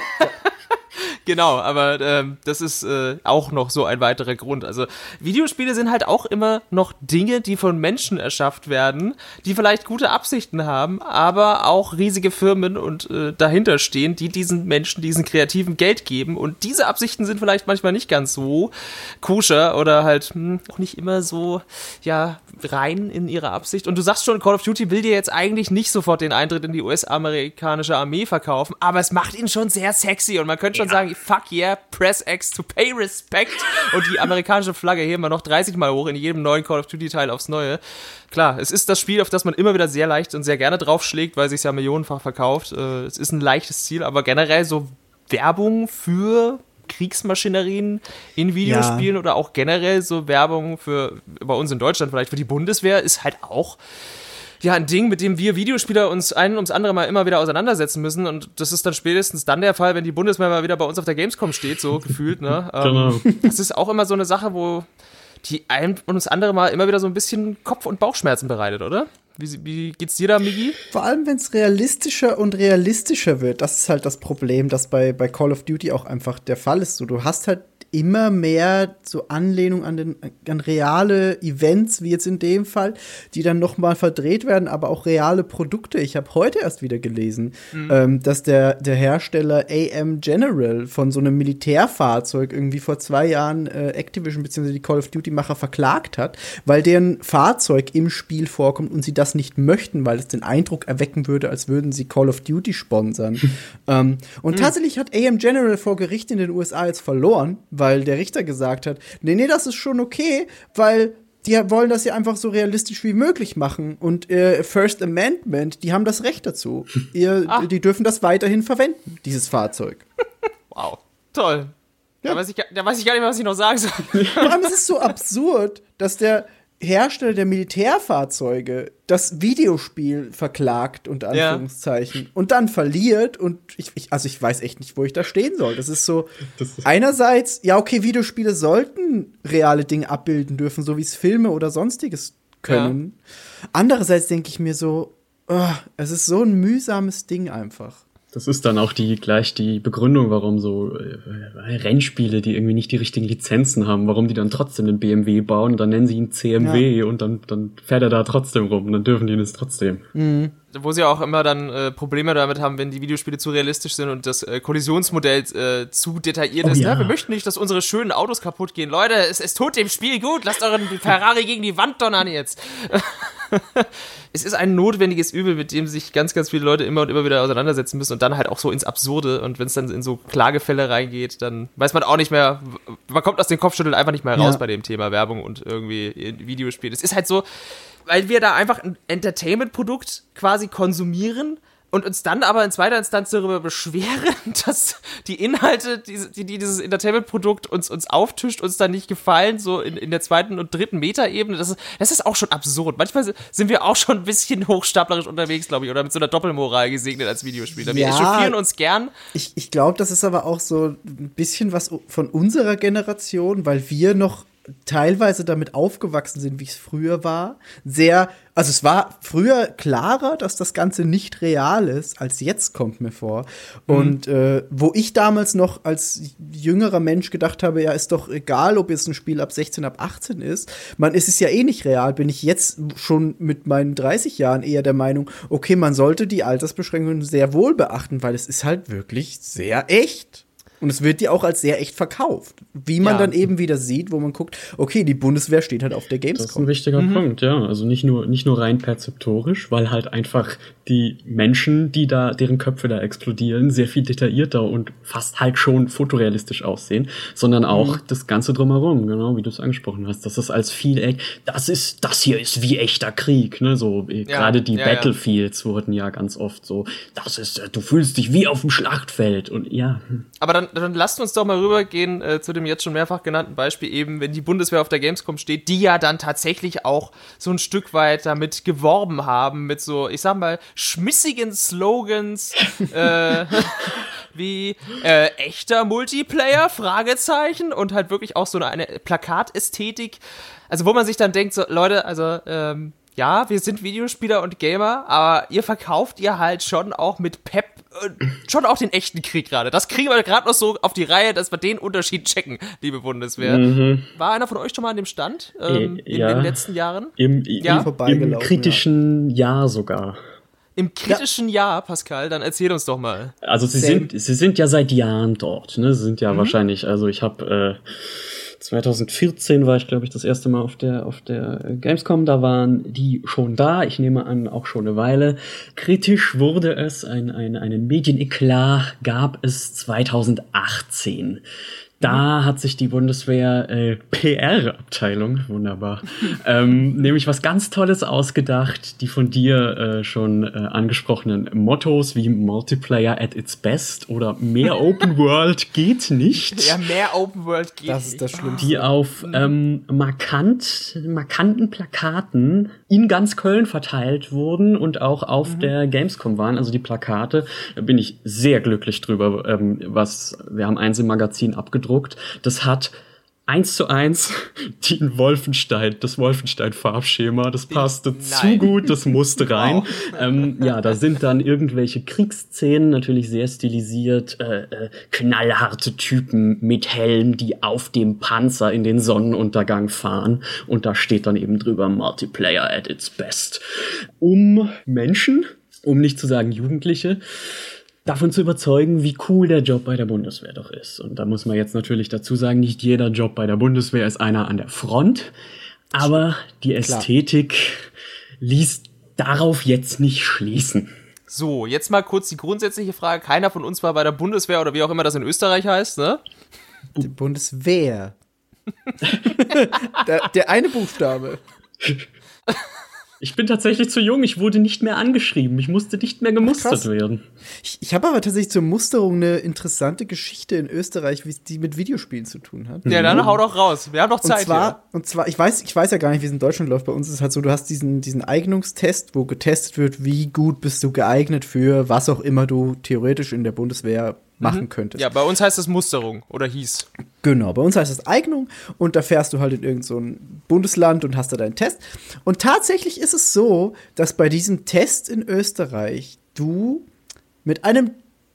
Genau, aber ähm, das ist äh, auch noch so ein weiterer Grund. Also Videospiele sind halt auch immer noch Dinge, die von Menschen erschafft werden, die vielleicht gute Absichten haben, aber auch riesige Firmen und äh, dahinter stehen, die diesen Menschen, diesen Kreativen Geld geben. Und diese Absichten sind vielleicht manchmal nicht ganz so koscher oder halt mh, auch nicht immer so ja rein in ihrer Absicht. Und du sagst schon, Call of Duty will dir jetzt eigentlich nicht sofort den Eintritt in die U S-amerikanische Armee verkaufen, aber es macht ihn schon sehr sexy und man könnte schon ja. sagen, fuck yeah, press X to pay respect. Und die amerikanische Flagge heben wir noch dreißig Mal hoch in jedem neuen Call of Duty Teil aufs Neue. Klar, es ist das Spiel, auf das man immer wieder sehr leicht und sehr gerne draufschlägt, weil es sich ja millionenfach verkauft. Es ist ein leichtes Ziel, aber generell so Werbung für Kriegsmaschinerien in Videospielen ja. oder auch generell so Werbung für, bei uns in Deutschland vielleicht für die Bundeswehr ist halt auch ja, ein Ding, mit dem wir Videospieler uns ein ums andere Mal immer wieder auseinandersetzen müssen und das ist dann spätestens dann der Fall, wenn die Bundeswehr mal wieder bei uns auf der Gamescom steht, so gefühlt, ne? Genau. Ähm, das ist auch immer so eine Sache, wo die ein und das andere Mal immer wieder so ein bisschen Kopf- und Bauchschmerzen bereitet, oder? Wie, wie geht's dir da, Miggi? Vor allem, wenn es realistischer und realistischer wird, das ist halt das Problem, das bei, bei Call of Duty auch einfach der Fall ist. So, du hast halt immer mehr so Anlehnung an, den, an reale Events, wie jetzt in dem Fall, die dann noch mal verdreht werden, aber auch reale Produkte. Ich habe heute erst wieder gelesen, mhm. ähm, dass der, der Hersteller A M General von so einem Militärfahrzeug irgendwie vor zwei Jahren äh, Activision bzw. die Call of Duty-Macher verklagt hat, weil deren Fahrzeug im Spiel vorkommt und sie das nicht möchten, weil es den Eindruck erwecken würde, als würden sie Call of Duty sponsern. ähm, und mhm. tatsächlich hat A M General vor Gericht in den U S A jetzt verloren, weil der Richter gesagt hat, nee, nee, das ist schon okay, weil die wollen das ja einfach so realistisch wie möglich machen. Und äh, First Amendment, die haben das Recht dazu. Ihr, ah. Die dürfen das weiterhin verwenden, dieses Fahrzeug. Wow, toll. Ja. Da, weiß ich, da weiß ich gar nicht mehr, was ich noch sagen soll. Vor allem ist es so absurd, dass der Hersteller der Militärfahrzeuge das Videospiel verklagt, unter Anführungszeichen, ja. und dann verliert und ich, ich, also ich weiß echt nicht, wo ich da stehen soll. Das ist so, das ist einerseits, ja okay, Videospiele sollten reale Dinge abbilden dürfen, so wie es Filme oder sonstiges können. Ja. Andererseits denke ich mir so, oh, es ist so ein mühsames Ding einfach. Das ist dann auch die gleich die Begründung, warum so äh, Rennspiele, die irgendwie nicht die richtigen Lizenzen haben, warum die dann trotzdem den B M W bauen und dann nennen sie ihn C M W ja. und dann, dann fährt er da trotzdem rum und dann dürfen die das trotzdem. Mhm. Wo sie auch immer dann äh, Probleme damit haben, wenn die Videospiele zu realistisch sind und das äh, Kollisionsmodell äh, zu detailliert oh, ist. Ja. Ja, wir möchten nicht, dass unsere schönen Autos kaputt gehen. Leute, es, es tut dem Spiel gut. Lasst euren Ferrari gegen die Wand donnern jetzt. Es ist ein notwendiges Übel, mit dem sich ganz, ganz viele Leute immer und immer wieder auseinandersetzen müssen und dann halt auch so ins Absurde. Und wenn es dann in so Klagefälle reingeht, dann weiß man auch nicht mehr, man kommt aus den Kopfschütteln einfach nicht mehr raus ja. bei dem Thema Werbung und irgendwie Videospiel. Es ist halt so, weil wir da einfach ein Entertainment-Produkt quasi konsumieren und uns dann aber in zweiter Instanz darüber beschweren, dass die Inhalte, die, die, die dieses Entertainment-Produkt uns, uns auftischt, uns dann nicht gefallen, so in, in der zweiten und dritten Metaebene. Das ist, das ist auch schon absurd. Manchmal sind wir auch schon ein bisschen hochstaplerisch unterwegs, glaube ich, oder mit so einer Doppelmoral gesegnet als Videospieler. Wir ja, echauffieren uns gern. Ich, ich glaube, das ist aber auch so ein bisschen was von unserer Generation, weil wir noch teilweise damit aufgewachsen sind, wie es früher war. Sehr, also es war früher klarer, dass das Ganze nicht real ist, als jetzt, kommt mir vor. Mhm. Und äh, wo ich damals noch als jüngerer Mensch gedacht habe, ja, ist doch egal, ob jetzt ein Spiel ab sechzehn, ab achtzehn ist. Man, ist es ja eh nicht real, bin ich jetzt schon mit meinen dreißig Jahren eher der Meinung, okay, man sollte die Altersbeschränkungen sehr wohl beachten, weil es ist halt wirklich sehr echt. Und es wird dir auch als sehr echt verkauft. Wie man Ja. dann eben wieder sieht, wo man guckt, okay, die Bundeswehr steht halt auf der Das ist ein Gamescom. wichtiger Mhm. Punkt, ja. Also nicht nur, nicht nur rein perzeptorisch, weil halt einfach die Menschen, die da, deren Köpfe da explodieren, sehr viel detaillierter und fast halt schon fotorealistisch aussehen, sondern auch das Ganze drumherum, genau, wie du es angesprochen hast. Das ist als viel, ey, das ist, das hier ist wie echter Krieg, ne, so, äh, Ja, gerade die ja, ja. Battlefields wurden ja ganz oft so, das ist, äh, du fühlst dich wie auf dem Schlachtfeld und ja. Aber dann, dann lasst uns doch mal rübergehen äh, zu dem jetzt schon mehrfach genannten Beispiel eben, wenn die Bundeswehr auf der Gamescom steht, die ja dann tatsächlich auch so ein Stück weit damit geworben haben, mit so, ich sag mal, schmissigen Slogans, äh, wie äh, echter Multiplayer, Fragezeichen, und halt wirklich auch so eine, eine Plakatästhetik, also wo man sich dann denkt, so, Leute, also, ähm, ja, wir sind Videospieler und Gamer, aber ihr verkauft ihr halt schon auch mit Pep äh, schon auch den echten Krieg gerade. Das kriegen wir gerade noch so auf die Reihe, dass wir den Unterschied checken, liebe Bundeswehr. Mhm. War einer von euch schon mal an dem Stand ähm, Äh, in ja. den letzten Jahren? Im, Ja. im, im Vorbeigelaufen, kritischen Jahr sogar. Im kritischen Jahr, Pascal, dann erzähl uns doch mal. Also sie Same. sind, sie sind ja seit Jahren dort, ne? Sie sind ja Mhm. wahrscheinlich, also ich habe äh, zwanzig vierzehn war ich, glaube ich, das erste Mal auf der auf der Gamescom, da waren die schon da, ich nehme an, auch schon eine Weile. Kritisch wurde es, ein, ein, einen Medieneklat gab es zwanzig achtzehn. Da hat sich die Bundeswehr äh, P R-Abteilung, wunderbar, ähm, nämlich was ganz Tolles ausgedacht, die von dir äh, schon äh, angesprochenen Mottos wie Multiplayer at its best oder mehr Open World geht nicht. Ja, mehr Open World geht Das ist das nicht. Schlimmste. Die auf ähm, markant, markanten Plakaten in ganz Köln verteilt wurden und auch auf der Gamescom waren. Also die Plakate, da bin ich sehr glücklich drüber, ähm, was wir haben eins im Magazin abgedruckt. Das hat eins zu eins den Wolfenstein, das Wolfenstein-Farbschema, das passte Nein. zu gut, das musste rein. ähm, ja, da sind dann irgendwelche Kriegsszenen, natürlich sehr stilisiert, äh, äh, knallharte Typen mit Helm, die auf dem Panzer in den Sonnenuntergang fahren. Und da steht dann eben drüber Multiplayer at its best. Um Menschen, um nicht zu sagen Jugendliche, davon zu überzeugen, wie cool der Job bei der Bundeswehr doch ist. Und da muss man jetzt natürlich dazu sagen, nicht jeder Job bei der Bundeswehr ist einer an der Front, aber die Ästhetik ließ darauf jetzt nicht schließen. So, jetzt mal kurz die grundsätzliche Frage. Keiner von uns war bei der Bundeswehr oder wie auch immer das in Österreich heißt, ne? Die Bundeswehr. der, der eine Buchstabe. Ich bin tatsächlich zu jung, ich wurde nicht mehr angeschrieben, ich musste nicht mehr gemustert Krass. werden. Ich, ich habe aber tatsächlich zur Musterung eine interessante Geschichte in Österreich, wie die mit Videospielen zu tun hat. Ja, dann hau doch raus. Wir haben doch Und Zeit zwar, und zwar, ich weiß, ich weiß ja gar nicht, wie es in Deutschland läuft. Bei uns ist es halt so, du hast diesen, diesen Eignungstest, wo getestet wird, wie gut bist du geeignet für was auch immer du theoretisch in der Bundeswehr machen könntest. hier. Ja, bei uns heißt es Musterung oder hieß. Genau, bei uns heißt es Eignung und da fährst du halt in irgend so ein Bundesland und hast da deinen Test. Und tatsächlich ist es so, dass bei diesem Test in Österreich du mit einem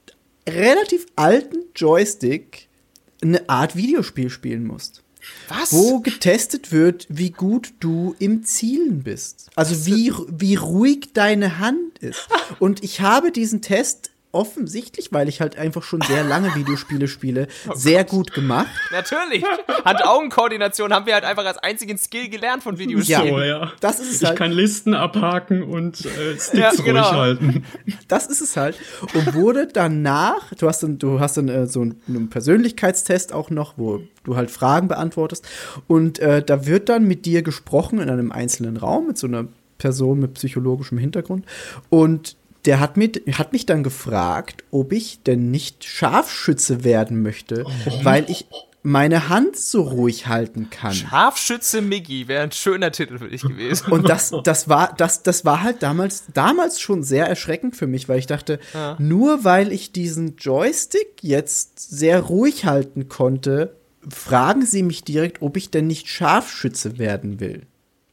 relativ alten Joystick eine Art Videospiel spielen musst. Was? Wo getestet wird, wie gut du im Zielen bist. Also wie, wie ruhig deine Hand ist. Und ich habe diesen Test offensichtlich, weil ich halt einfach schon sehr lange Videospiele spiele, sehr gut gemacht. Natürlich. Hand-Augen-Koordination haben wir halt einfach als einzigen Skill gelernt von Videospielen. So, ja. Das ist es Ich halt. kann Listen abhaken und äh, Sticks Ja, ruhig genau. halten. Das ist es halt. Und wurde danach, du hast dann, du hast dann äh, so einen Persönlichkeitstest auch noch, wo du halt Fragen beantwortest. Und äh, da wird dann mit dir gesprochen in einem einzelnen Raum mit so einer Person mit psychologischem Hintergrund. Und der hat, mit, hat mich dann gefragt, ob ich denn nicht Scharfschütze werden möchte, weil ich meine Hand so ruhig halten kann. Scharfschütze Miggy wäre ein schöner Titel für dich gewesen. Und das, das war, das, das war halt damals, damals schon sehr erschreckend für mich, weil ich dachte, Ja. nur weil ich diesen Joystick jetzt sehr ruhig halten konnte, fragen sie mich direkt, ob ich denn nicht Scharfschütze werden will.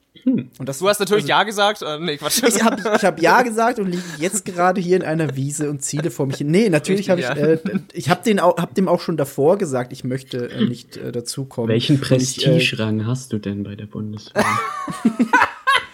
Und das, Du hast natürlich also, Ja gesagt. Äh, nee, Quatsch. Ich habe ich hab Ja gesagt und liege jetzt gerade hier in einer Wiese und ziele vor mich hin. Nee, natürlich habe ich, Richtig, äh, ich habe den auch, hab dem auch schon davor gesagt, ich möchte äh, nicht äh, dazukommen. Welchen Und ich, äh, Prestigerang hast du denn bei der Bundeswehr?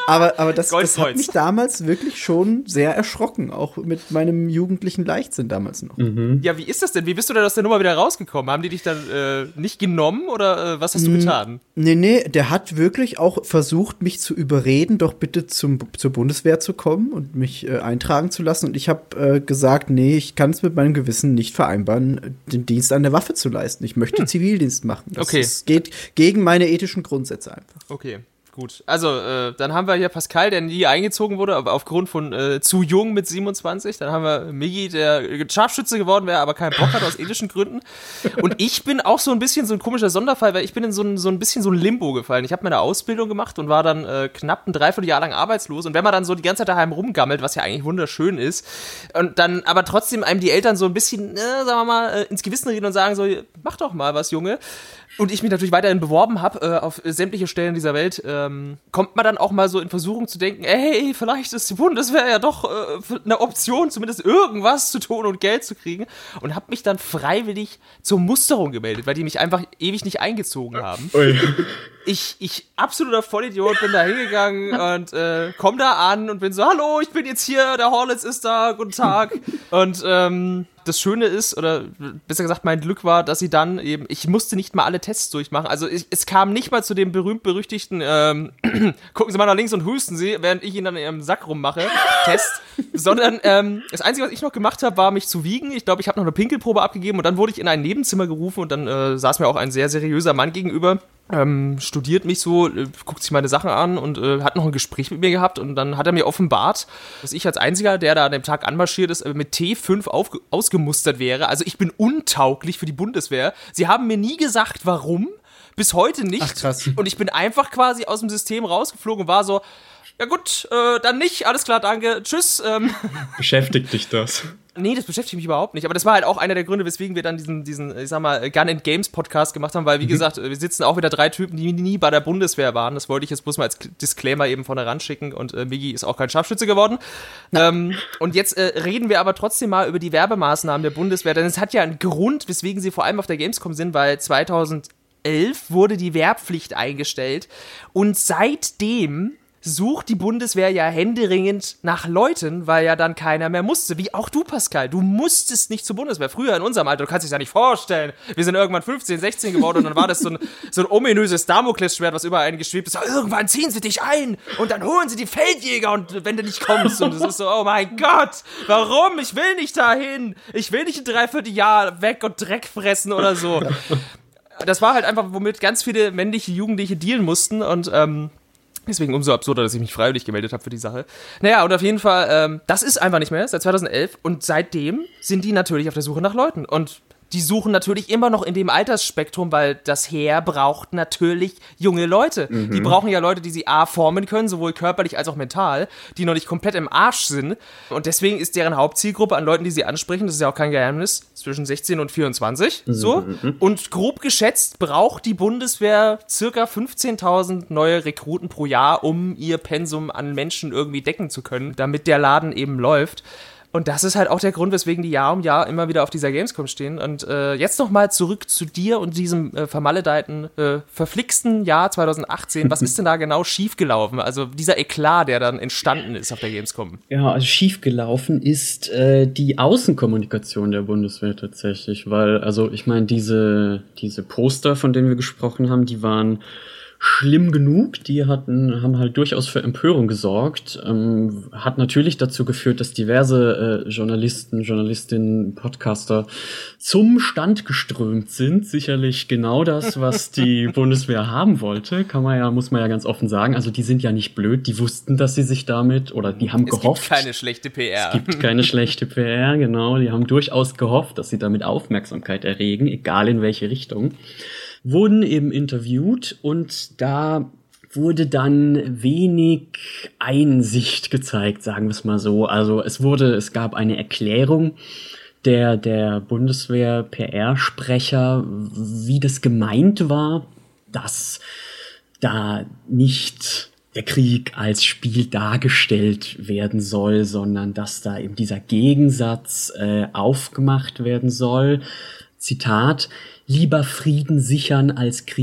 aber aber das, das hat mich damals wirklich schon sehr erschrocken, auch mit meinem jugendlichen Leichtsinn damals noch. Mhm. Ja, wie ist das denn? Wie bist du denn aus der Nummer wieder rausgekommen? Haben die dich dann äh, nicht genommen oder äh, was hast du getan? Nee, nee, der hat wirklich auch versucht, mich zu überreden, doch bitte zum, zur Bundeswehr zu kommen und mich äh, eintragen zu lassen. Und ich habe äh, gesagt, nee, ich kann es mit meinem Gewissen nicht vereinbaren, den Dienst an der Waffe zu leisten. Ich möchte hm. Zivildienst machen. Das, okay. das geht gegen meine ethischen Grundsätze einfach. Okay. Gut, also äh, dann haben wir hier Pascal, der nie eingezogen wurde, aber aufgrund von äh, zu jung mit siebenundzwanzig. Dann haben wir Miggi, der Scharfschütze geworden wäre, aber keinen Bock hat aus ethischen Gründen. Und ich bin auch so ein bisschen so ein komischer Sonderfall, weil ich bin in so ein, so ein bisschen so ein Limbo gefallen. Ich habe meine Ausbildung gemacht und war dann äh, knapp ein Dreivierteljahr lang arbeitslos. Und wenn man dann so die ganze Zeit daheim rumgammelt, was ja eigentlich wunderschön ist, und dann aber trotzdem einem die Eltern so ein bisschen, äh, sagen wir mal, äh, ins Gewissen reden und sagen so, mach doch mal was, Junge. Und ich mich natürlich weiterhin beworben habe äh, auf sämtliche Stellen dieser Welt, ähm, kommt man dann auch mal so in Versuchung zu denken, ey, vielleicht ist die Bundeswehr ja doch äh, eine Option, zumindest irgendwas zu tun und Geld zu kriegen. Und habe mich dann freiwillig zur Musterung gemeldet, weil die mich einfach ewig nicht eingezogen haben. Ui. Ich, ich, absoluter Vollidiot, bin da hingegangen und äh, komm da an und bin so, hallo, ich bin jetzt hier, der Horlitz ist da, guten Tag. Und ähm, das Schöne ist, oder besser gesagt, mein Glück war, dass sie dann eben, ich musste nicht mal alle Tests durchmachen. Also ich, es kam nicht mal zu dem berühmt-berüchtigten, ähm, gucken Sie mal nach links und husten Sie, während ich ihn dann in Ihrem Sack rummache, Test, sondern ähm, das Einzige, was ich noch gemacht habe, war mich zu wiegen. Ich glaube, ich habe noch eine Pinkelprobe abgegeben und dann wurde ich in ein Nebenzimmer gerufen und dann äh, saß mir auch ein sehr seriöser Mann gegenüber. Ähm, studiert mich so, äh, guckt sich meine Sachen an und äh, hat noch ein Gespräch mit mir gehabt und dann hat er mir offenbart, dass ich als Einziger, der da an dem Tag anmarschiert ist, äh, mit T fünf auf, ausgemustert wäre. Also ich bin untauglich für die Bundeswehr. Sie haben mir nie gesagt, warum. Bis heute nicht. Ach, krass. Und ich bin einfach quasi aus dem System rausgeflogen und war so, ja gut, äh, dann nicht, alles klar, danke, tschüss. Ähm. Beschäftigt dich das? Nee, das beschäftigt mich überhaupt nicht. Aber das war halt auch einer der Gründe, weswegen wir dann diesen, diesen, ich sag mal, Gun and Games Podcast gemacht haben, weil, wie mhm. gesagt, wir sitzen auch wieder drei Typen, die nie bei der Bundeswehr waren. Das wollte ich jetzt bloß mal als Disclaimer eben vorne ranschicken und äh, Miggi ist auch kein Scharfschütze geworden. Ähm, und jetzt äh, reden wir aber trotzdem mal über die Werbemaßnahmen der Bundeswehr, denn es hat ja einen Grund, weswegen sie vor allem auf der Gamescom sind, weil zweitausendelf wurde die Wehrpflicht eingestellt und seitdem sucht die Bundeswehr ja händeringend nach Leuten, weil ja dann keiner mehr musste. Wie auch du, Pascal. Du musstest nicht zur Bundeswehr. Früher in unserem Alter, du kannst dich das nicht vorstellen. Wir sind irgendwann fünfzehn, sechzehn geworden und dann war das so ein, so ein ominöses Damoklesschwert, was über einen geschwebt ist. Irgendwann ziehen sie dich ein und dann holen sie die Feldjäger und wenn du nicht kommst. Und es ist so, oh mein Gott, warum? Ich will nicht dahin. Ich will nicht ein Dreivierteljahr weg und Dreck fressen oder so. Das war halt einfach, womit ganz viele männliche Jugendliche dealen mussten und ähm, deswegen umso absurder, dass ich mich freiwillig gemeldet habe für die Sache. Naja, und auf jeden Fall, ähm, das ist einfach nicht mehr, seit zweitausendelf. Und seitdem sind die natürlich auf der Suche nach Leuten. Und die suchen natürlich immer noch in dem Altersspektrum, weil das Heer braucht natürlich junge Leute. Mhm. Die brauchen ja Leute, die sie A, formen können, sowohl körperlich als auch mental, die noch nicht komplett im Arsch sind. Und deswegen ist deren Hauptzielgruppe an Leuten, die sie ansprechen, das ist ja auch kein Geheimnis, zwischen sechzehn und vierundzwanzig. Mhm. So. Und grob geschätzt braucht die Bundeswehr circa fünfzehntausend neue Rekruten pro Jahr, um ihr Pensum an Menschen irgendwie decken zu können, damit der Laden eben läuft. Und das ist halt auch der Grund, weswegen die Jahr um Jahr immer wieder auf dieser Gamescom stehen. Und äh, jetzt nochmal zurück zu dir und diesem äh, vermaledeiten, äh, verflixten Jahr zweitausendachtzehn. Was ist denn da genau schiefgelaufen? Also dieser Eklat, der dann entstanden ist auf der Gamescom. Ja, also schiefgelaufen ist äh, die Außenkommunikation der Bundeswehr tatsächlich. Weil, also ich meine, diese, diese Poster, von denen wir gesprochen haben, die waren schlimm genug, die hatten, haben halt durchaus für Empörung gesorgt, ähm, hat natürlich dazu geführt, dass diverse äh, Journalisten, Journalistinnen, Podcaster zum Stand geströmt sind. Sicherlich genau das, was die Bundeswehr haben wollte, kann man ja, muss man ja ganz offen sagen. Also die sind ja nicht blöd, die wussten, dass sie sich damit, oder die haben es gehofft. Es gibt keine schlechte P R. Es gibt keine schlechte P R, genau. Die haben durchaus gehofft, dass sie damit Aufmerksamkeit erregen, egal in welche Richtung. Wurden eben interviewt und da wurde dann wenig Einsicht gezeigt, sagen wir es mal so. Also es wurde, es gab eine Erklärung der, der Bundeswehr-P R-Sprecher, wie das gemeint war, dass da nicht der Krieg als Spiel dargestellt werden soll, sondern dass da eben dieser Gegensatz äh, aufgemacht werden soll. Zitat: Lieber Frieden sichern als Krieg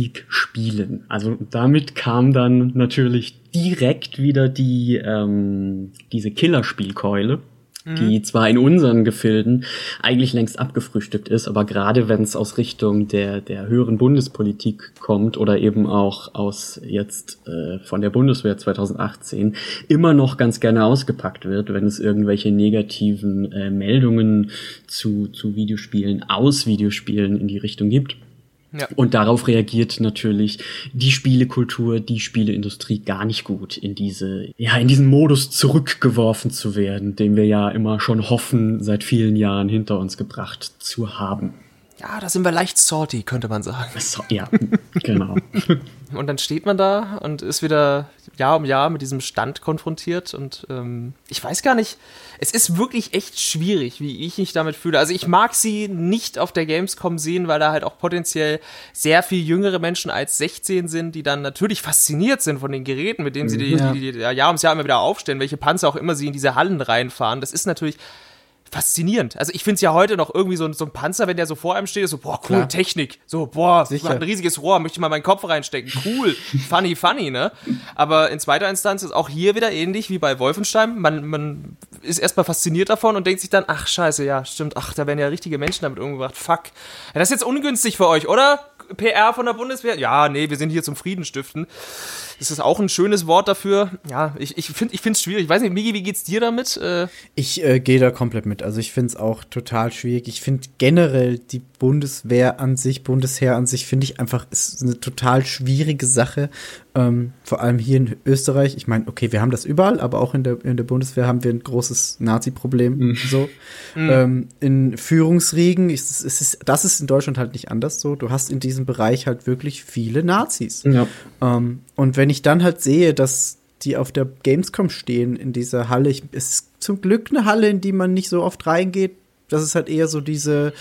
Spielen. Also damit kam dann natürlich direkt wieder die ähm, diese Killerspielkeule, mhm. die zwar in unseren Gefilden eigentlich längst abgefrühstückt ist, aber gerade wenn es aus Richtung der der höheren Bundespolitik kommt oder eben auch aus jetzt äh, von der Bundeswehr zwanzig achtzehn immer noch ganz gerne ausgepackt wird, wenn es irgendwelche negativen äh, Meldungen zu zu Videospielen aus Videospielen in die Richtung gibt. Ja. Und darauf reagiert natürlich die Spielekultur, die Spieleindustrie gar nicht gut, in diese, ja, in diesen Modus zurückgeworfen zu werden, den wir ja immer schon hoffen, seit vielen Jahren hinter uns gebracht zu haben. Ja, da sind wir leicht salty, könnte man sagen. So, ja, genau. Und dann steht man da und ist wieder Jahr um Jahr mit diesem Stand konfrontiert und ähm, ich weiß gar nicht, es ist wirklich echt schwierig, wie ich mich damit fühle. Also ich mag sie nicht auf der Gamescom sehen, weil da halt auch potenziell sehr viel jüngere Menschen als sechzehn sind, die dann natürlich fasziniert sind von den Geräten, mit denen sie die, ja. die, die, die Jahr ums Jahr immer wieder aufstellen, welche Panzer auch immer sie in diese Hallen reinfahren. Das ist natürlich faszinierend. Also ich finde es ja heute noch irgendwie so, so ein Panzer, wenn der so vor einem steht, ist so, boah, cool, Klar. Technik. So, boah, Sicher. Hat ein riesiges Rohr, möchte ich mal meinen Kopf reinstecken. Cool, funny, funny, ne? Aber in zweiter Instanz ist auch hier wieder ähnlich wie bei Wolfenstein. Man, man ist erstmal fasziniert davon und denkt sich dann, ach, scheiße, ja, stimmt, ach, da werden ja richtige Menschen damit umgebracht. Fuck. Ja, das ist jetzt ungünstig für euch, oder? P R von der Bundeswehr? Ja, nee, wir sind hier zum Frieden stiften. Das ist auch ein schönes Wort dafür. Ja, ich, ich finde ich finde es schwierig. Ich weiß nicht, Migi, wie geht's dir damit? Äh ich äh, gehe da komplett mit. Also ich finde es auch total schwierig. Ich finde generell die Bundeswehr an sich, Bundesheer an sich, finde ich einfach, ist eine total schwierige Sache. Ähm, vor allem hier in Österreich. Ich meine, okay, wir haben das überall, aber auch in der, in der Bundeswehr haben wir ein großes Nazi-Problem. Mhm. So. Mhm. Ähm, in Führungsriegen, ist, ist, ist, das ist in Deutschland halt nicht anders so. Du hast in diesem Bereich halt wirklich viele Nazis. Ja. Ähm, und wenn ich dann halt sehe, dass die auf der Gamescom stehen in dieser Halle, ich, es ist zum Glück eine Halle, in die man nicht so oft reingeht. Das ist halt eher so diese,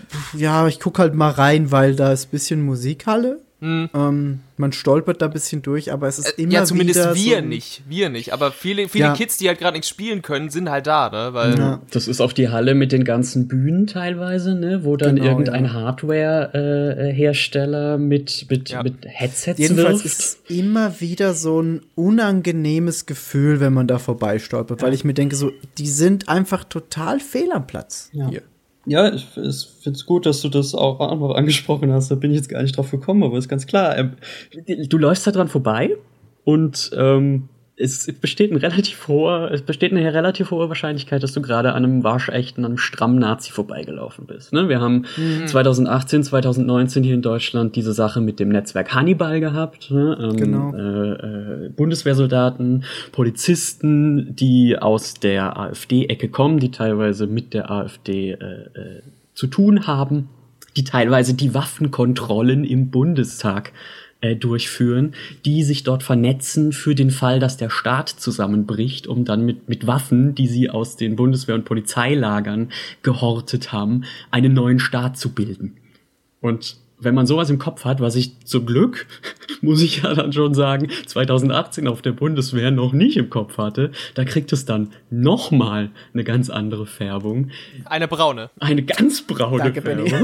ja, ich guck halt mal rein, weil da ist ein bisschen Musikhalle. Mhm. Ähm, man stolpert da ein bisschen durch, aber es ist immer wieder Ja, zumindest wieder wir so nicht, wir nicht. Aber viele, viele ja. Kids, die halt gerade nichts spielen können, sind halt da, ne? Weil ja. Das ist auch die Halle mit den ganzen Bühnen teilweise, ne? Wo dann genau, irgendein ja. Hardware-Hersteller äh, mit, mit, ja. mit Headsets Jedenfalls wirft. ist es immer wieder so ein unangenehmes Gefühl, wenn man da vorbeistolpert, ja. weil ich mir denke, so, die sind einfach total fehl am Platz ja. hier. Ja, ich, ich finde es gut, dass du das auch einfach angesprochen hast. Da bin ich jetzt gar nicht drauf gekommen, aber ist ganz klar. Ähm, du läufst da dran vorbei und ähm, es besteht ein relativ hoher, es besteht eine relativ hohe Wahrscheinlichkeit, dass du gerade an einem waschechten, an einem strammen Nazi vorbeigelaufen bist. Ne? Wir haben mhm. zwanzig achtzehn, zwanzig neunzehn hier in Deutschland diese Sache mit dem Netzwerk Hannibal gehabt. Ne? Ähm, genau. Äh, äh, Bundeswehrsoldaten, Polizisten, die aus der AfD-Ecke kommen, die teilweise mit der AfD äh, äh, zu tun haben, die teilweise die Waffenkontrollen im Bundestag Äh, durchführen, die sich dort vernetzen für den Fall, dass der Staat zusammenbricht, um dann mit, mit Waffen, die sie aus den Bundeswehr- und Polizeilagern gehortet haben, einen neuen Staat zu bilden. Und wenn man sowas im Kopf hat, was ich zum Glück, muss ich ja dann schon sagen, zwanzig achtzehn auf der Bundeswehr noch nicht im Kopf hatte, da kriegt es dann nochmal eine ganz andere Färbung. Eine braune. Eine ganz braune Danke, Färbung.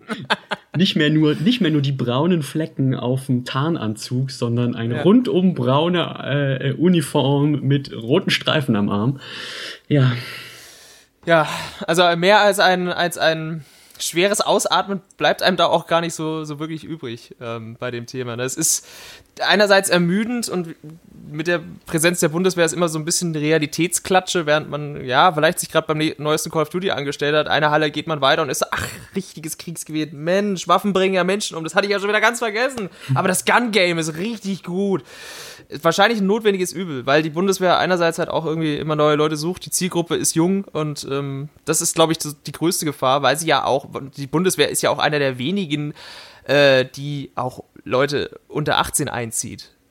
Nicht mehr nur, nicht mehr nur die braunen Flecken auf dem Tarnanzug, sondern eine ja. rundum braune äh, Uniform mit roten Streifen am Arm. Ja. Ja, also mehr als ein, als ein schweres Ausatmen bleibt einem da auch gar nicht so, so wirklich übrig ähm, bei dem Thema. Es ist einerseits ermüdend und mit der Präsenz der Bundeswehr ist immer so ein bisschen Realitätsklatsche, während man, ja, vielleicht sich gerade beim neuesten Call of Duty angestellt hat. Eine Halle geht man weiter und ist so, ach, richtiges Kriegsgebiet, Mensch, Waffen bringen ja Menschen um, das hatte ich ja schon wieder ganz vergessen. Aber das Gun-Game ist richtig gut. Ist wahrscheinlich ein notwendiges Übel, weil die Bundeswehr einerseits halt auch irgendwie immer neue Leute sucht, die Zielgruppe ist jung und ähm, das ist, glaube ich, die größte Gefahr, weil sie ja auch, die Bundeswehr ist ja auch einer der wenigen, äh, die auch Leute unter achtzehn einzieht.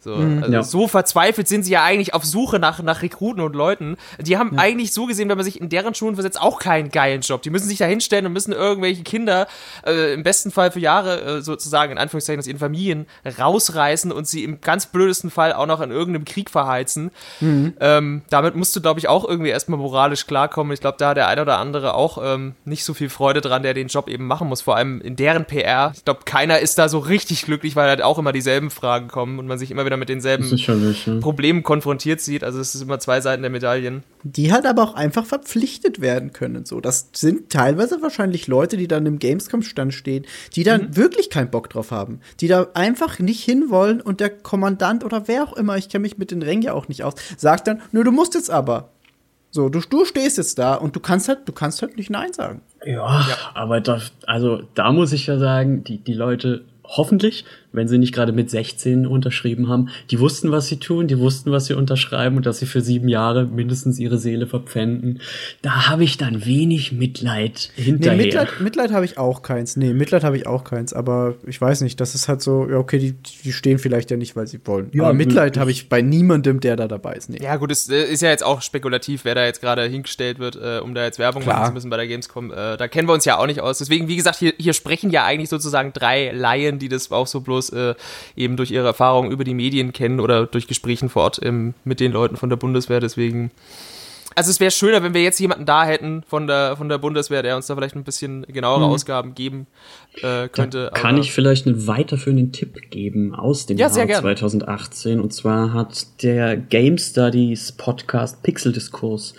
So, Mhm. also Ja. so verzweifelt sind sie ja eigentlich auf Suche nach, nach Rekruten und Leuten. Die haben Ja. eigentlich so gesehen, wenn man sich in deren Schuhen versetzt, auch keinen geilen Job. Die müssen sich da hinstellen und müssen irgendwelche Kinder äh, im besten Fall für Jahre äh, sozusagen in Anführungszeichen aus ihren Familien rausreißen und sie im ganz blödesten Fall auch noch in irgendeinem Krieg verheizen. Mhm. Ähm, damit musst du, glaube ich, auch irgendwie erstmal moralisch klarkommen. Ich glaube, da hat der ein oder andere auch ähm, nicht so viel Freude dran, der den Job eben machen muss. Vor allem in deren P R. Ich glaube, keiner ist da so richtig glücklich, weil halt auch immer dieselben Fragen kommen und man sich immer wieder mit denselben Sicherlich, ja. Problemen konfrontiert sieht. Also es ist immer zwei Seiten der Medaillen. Die halt aber auch einfach verpflichtet werden können. So, das sind teilweise wahrscheinlich Leute, die dann im Gamescom-Stand stehen, die dann Mhm. wirklich keinen Bock drauf haben, die da einfach nicht hinwollen und der Kommandant oder wer auch immer, ich kenne mich mit den Rängen ja auch nicht aus, sagt dann, nö, du musst jetzt aber. So, du, du stehst jetzt da und du kannst halt, du kannst halt nicht Nein sagen. Ja, aber da, also da muss ich ja sagen, die, die Leute hoffentlich, wenn sie nicht gerade mit sechzehn unterschrieben haben, die wussten, was sie tun, die wussten, was sie unterschreiben und dass sie für sieben Jahre mindestens ihre Seele verpfänden. Da habe ich dann wenig Mitleid hinterher. Nee, Mitleid, Mitleid habe ich auch keins. Nee, Mitleid habe ich auch keins. Aber ich weiß nicht, das ist halt so, ja, okay, die, die stehen vielleicht ja nicht, weil sie wollen. Ja, aber Mitleid wirklich. habe ich bei niemandem, der da dabei ist. Nee. Ja gut, es äh, ist ja jetzt auch spekulativ, wer da jetzt gerade hingestellt wird, äh, um da jetzt Werbung Klar. machen zu müssen bei der Gamescom. Äh, da kennen wir uns ja auch nicht aus. Deswegen, wie gesagt, hier, hier sprechen ja eigentlich sozusagen drei Laien, die das auch so bloß äh, eben durch ihre Erfahrungen über die Medien kennen oder durch Gesprächen vor Ort ähm, mit den Leuten von der Bundeswehr. Deswegen, also es wäre schöner, wenn wir jetzt jemanden da hätten von der von der Bundeswehr, der uns da vielleicht ein bisschen genauere Mhm. Ausgaben geben äh, könnte. Da kann aber- ich vielleicht einen weiterführenden Tipp geben aus dem Ja, sehr Jahr gern. zwanzig achtzehn. Und zwar hat der Game Studies Podcast Pixel-Diskurs,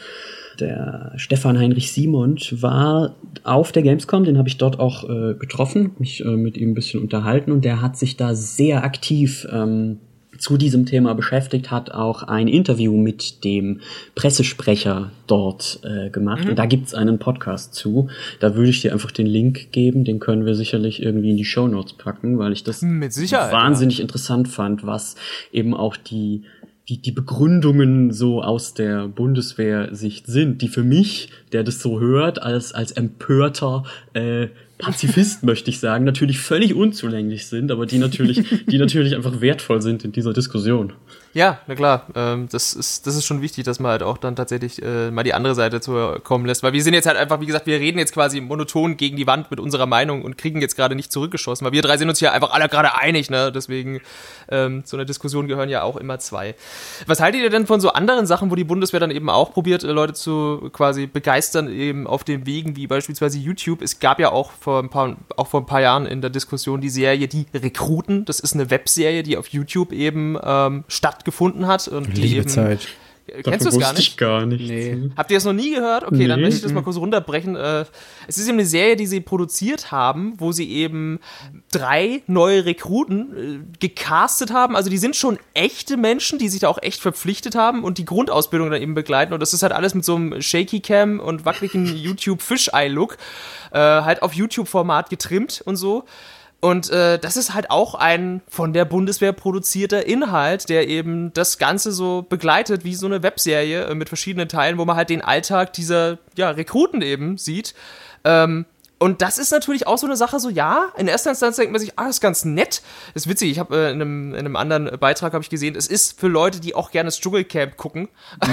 der Stefan Heinrich Simond, war auf der Gamescom, den habe ich dort auch äh, getroffen, mich äh, mit ihm ein bisschen unterhalten und der hat sich da sehr aktiv ähm, zu diesem Thema beschäftigt, hat auch ein Interview mit dem Pressesprecher dort äh, gemacht. Mhm. Und da gibt's einen Podcast zu. Da würde ich dir einfach den Link geben, den können wir sicherlich irgendwie in die Shownotes packen, weil ich das Mit Sicherheit, wahnsinnig interessant fand, was eben auch die die, die Begründungen so aus der Bundeswehrsicht sind, die für mich, der das so hört, als, als empörter äh, Pazifist, möchte ich sagen, natürlich völlig unzulänglich sind, aber die natürlich, die natürlich einfach wertvoll sind in dieser Diskussion. Ja, na klar, ähm, das ist das ist schon wichtig, dass man halt auch dann tatsächlich äh, mal die andere Seite zu kommen lässt, weil wir sind jetzt halt einfach, wie gesagt, wir reden jetzt quasi monoton gegen die Wand mit unserer Meinung und kriegen jetzt gerade nicht zurückgeschossen, weil wir drei sind uns hier einfach alle gerade einig, ne, deswegen ähm, zu einer Diskussion gehören ja auch immer zwei. Was haltet ihr denn von so anderen Sachen, wo die Bundeswehr dann eben auch probiert, äh, Leute zu quasi begeistern, eben auf den Wegen wie beispielsweise YouTube? Es gab ja auch vor ein paar, auch vor ein paar Jahren in der Diskussion die Serie Die Rekruten, das ist eine Webserie, die auf YouTube eben ähm, stattgefunden hat und die Liebe eben Zeit. Kennst du es gar nicht? Ich gar nicht. Nee. Habt ihr es noch nie gehört? Okay, dann Nee. möchte ich das mal kurz runterbrechen. Äh, Es ist eben eine Serie, die sie produziert haben, wo sie eben drei neue Rekruten äh, gecastet haben. Also die sind schon echte Menschen, die sich da auch echt verpflichtet haben und die Grundausbildung dann eben begleiten. Und das ist halt alles mit so einem Shaky Cam und wackeligen YouTube-Fischei-Look äh, halt auf YouTube-Format getrimmt und so. Und äh, das ist halt auch ein von der Bundeswehr produzierter Inhalt, der eben das Ganze so begleitet wie so eine Webserie äh, mit verschiedenen Teilen, wo man halt den Alltag dieser ja, Rekruten eben sieht. Ähm, und das ist natürlich auch so eine Sache, so ja, in erster Instanz denkt man sich, ah, das ist ganz nett. Das ist witzig, ich habe äh, in, einem, in einem anderen Beitrag habe ich gesehen, es ist für Leute, die auch gerne das Dschungelcamp gucken.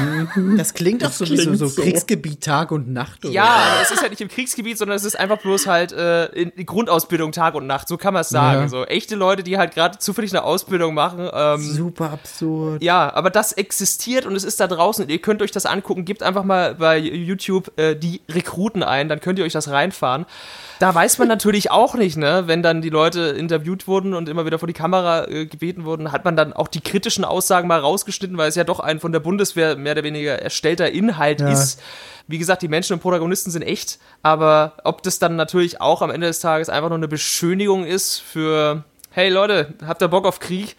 Das klingt doch so wie so, so Kriegsgebiet Tag und Nacht. Oder? Ja, aber es ist halt nicht im Kriegsgebiet, sondern es ist einfach bloß halt äh, in die Grundausbildung Tag und Nacht, so kann man es sagen. Ja. So echte Leute, die halt gerade zufällig eine Ausbildung machen. Ähm, Super absurd. ja, aber das existiert und es ist da draußen und ihr könnt euch das angucken. Gebt einfach mal bei YouTube äh, die Rekruten ein, dann könnt ihr euch das reinfahren. Da weiß man natürlich auch nicht, ne, wenn dann die Leute interviewt wurden und immer wieder vor die Kamera äh, gebeten wurden, hat man dann auch die kritischen Aussagen mal rausgeschnitten, weil es ja doch ein von der Bundeswehr mehr oder weniger erstellter Inhalt Ja. ist. Wie gesagt, die Menschen und Protagonisten sind echt, aber ob das dann natürlich auch am Ende des Tages einfach nur eine Beschönigung ist für, hey Leute, habt ihr Bock auf Krieg?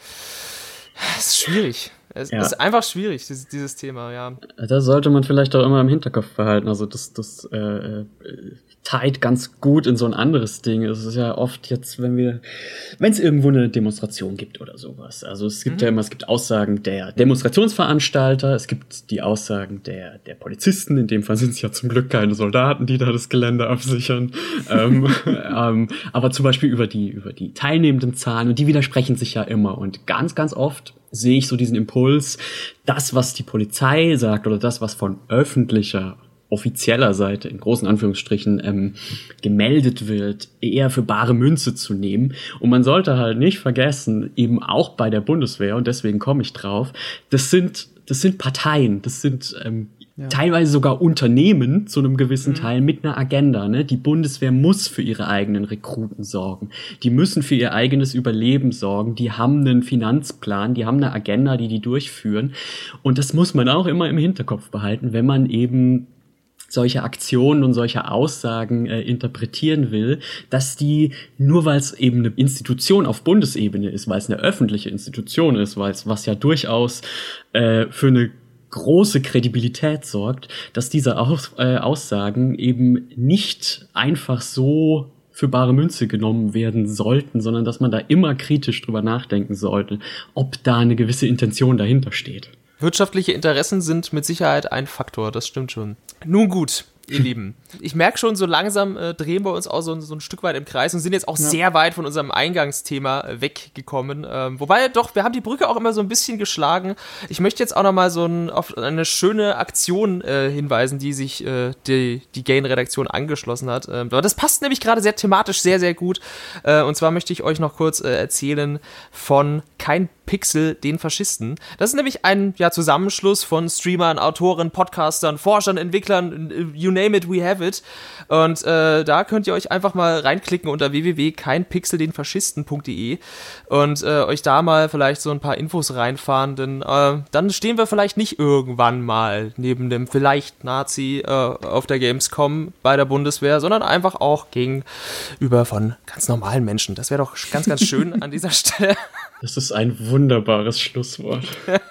Das ist schwierig. Es Ja. ist einfach schwierig, dieses, dieses Thema, ja. Das sollte man vielleicht auch immer im Hinterkopf behalten. Also das, das äh, äh, tight ganz gut in so ein anderes Ding. Es ist ja oft jetzt, wenn wir, wenn es irgendwo eine Demonstration gibt oder sowas. Also es gibt Mhm. ja immer, es gibt Aussagen der Demonstrationsveranstalter, es gibt die Aussagen der der Polizisten. In dem Fall sind es ja zum Glück keine Soldaten, die da das Gelände absichern. ähm, ähm, aber zum Beispiel über die über die teilnehmenden Zahlen und die widersprechen sich ja immer und ganz ganz oft sehe ich so diesen Impuls, das, was die Polizei sagt oder das, was von öffentlicher, offizieller Seite, in großen Anführungsstrichen, ähm, gemeldet wird, eher für bare Münze zu nehmen. Und man sollte halt nicht vergessen, eben auch bei der Bundeswehr, und deswegen komme ich drauf, das sind, das sind Parteien, das sind ähm, ja. teilweise sogar Unternehmen zu einem gewissen mhm. Teil mit einer Agenda. Ne? Die Bundeswehr muss für ihre eigenen Rekruten sorgen. Die müssen für ihr eigenes Überleben sorgen. Die haben einen Finanzplan, die haben eine Agenda, die die durchführen. Und das muss man auch immer im Hinterkopf behalten, wenn man eben solche Aktionen und solche Aussagen äh, interpretieren will, dass die, nur weil es eben eine Institution auf Bundesebene ist, weil es eine öffentliche Institution ist, weil es was ja durchaus äh, für eine große Kredibilität sorgt, dass diese Aus- äh, Aussagen eben nicht einfach so für bare Münze genommen werden sollten, sondern dass man da immer kritisch drüber nachdenken sollte, ob da eine gewisse Intention dahinter steht. Wirtschaftliche Interessen sind mit Sicherheit ein Faktor, das stimmt schon. Nun gut, ihr Lieben. Ich merke schon, so langsam äh, drehen wir uns auch so, so ein Stück weit im Kreis und sind jetzt auch ja. sehr weit von unserem Eingangsthema äh, weggekommen. Ähm, wobei doch, wir haben die Brücke auch immer so ein bisschen geschlagen. Ich möchte jetzt auch noch mal so ein, auf eine schöne Aktion äh, hinweisen, die sich äh, die, die Gain-Redaktion angeschlossen hat. Ähm, das passt nämlich gerade sehr thematisch sehr, sehr gut. Äh, und zwar möchte ich euch noch kurz äh, erzählen von Kein Pixel, den Faschisten. Das ist nämlich ein ja, Zusammenschluss von Streamern, Autoren, Podcastern, Forschern, Entwicklern, you name it, we have it. Und äh, da könnt ihr euch einfach mal reinklicken unter w w w punkt kein pixel den faschisten punkt d e und äh, euch da mal vielleicht so ein paar Infos reinfahren, denn äh, dann stehen wir vielleicht nicht irgendwann mal neben dem vielleicht Nazi äh, auf der Gamescom bei der Bundeswehr, sondern einfach auch gegenüber von ganz normalen Menschen. Das wäre doch ganz, ganz schön an dieser Stelle. Das ist ein wunderbares Schlusswort.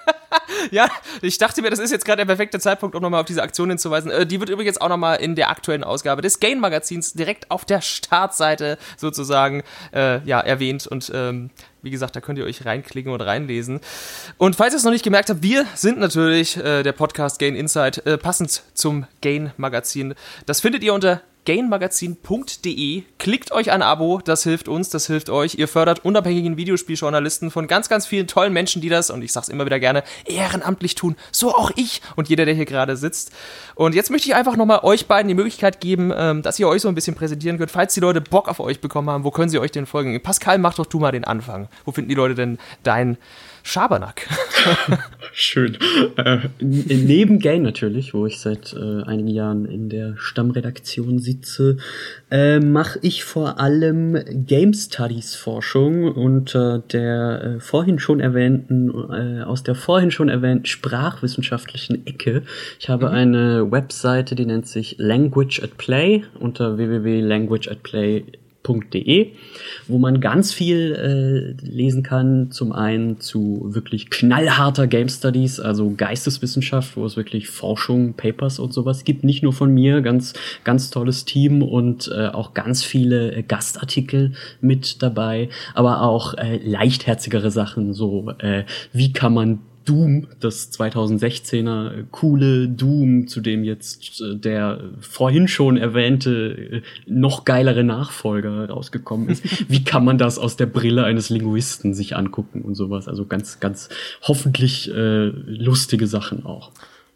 Ja, ich dachte mir, das ist jetzt gerade der perfekte Zeitpunkt, um nochmal auf diese Aktion hinzuweisen. Äh, die wird übrigens auch nochmal in der aktuellen Ausgabe des Gain-Magazins direkt auf der Startseite sozusagen äh, ja, erwähnt. Und ähm, wie gesagt, da könnt ihr euch reinklicken und reinlesen. Und falls ihr es noch nicht gemerkt habt, wir sind natürlich äh, der Podcast Gain Insight, äh, passend zum Gain-Magazin. Das findet ihr unter gain magazin punkt d e. Klickt euch ein Abo, das hilft uns, das hilft euch. Ihr fördert unabhängigen Videospieljournalisten von ganz, ganz vielen tollen Menschen, die das, und ich sag's immer wieder gerne, ehrenamtlich tun. So auch ich und jeder, der hier gerade sitzt. Und jetzt möchte ich einfach nochmal euch beiden die Möglichkeit geben, ähm, dass ihr euch so ein bisschen präsentieren könnt. Falls die Leute Bock auf euch bekommen haben, wo können sie euch denn folgen? Pascal, mach doch du mal den Anfang. Wo finden die Leute denn dein Schabernack? Schön. Äh, neben Gain natürlich, wo ich seit äh, einigen Jahren in der Stammredaktion sitze, äh, mache ich vor allem Game Studies Forschung unter der äh, vorhin schon erwähnten, äh, aus der vorhin schon erwähnten sprachwissenschaftlichen Ecke. Ich habe mhm. eine Webseite, die nennt sich Language at Play unter w w w punkt language at play punkt d e, wo man ganz viel äh, lesen kann, zum einen zu wirklich knallharter Game Studies, also Geisteswissenschaft, wo es wirklich Forschung, Papers und sowas gibt, nicht nur von mir, ganz ganz tolles Team und äh, auch ganz viele äh, Gastartikel mit dabei, aber auch äh, leichtherzigere Sachen, so äh, wie kann man Doom, das zweitausendsechzehner äh, coole Doom, zu dem jetzt äh, der vorhin schon erwähnte, äh, noch geilere Nachfolger rausgekommen ist. Wie kann man das aus der Brille eines Linguisten sich angucken und sowas? Also ganz, ganz hoffentlich äh, lustige Sachen auch.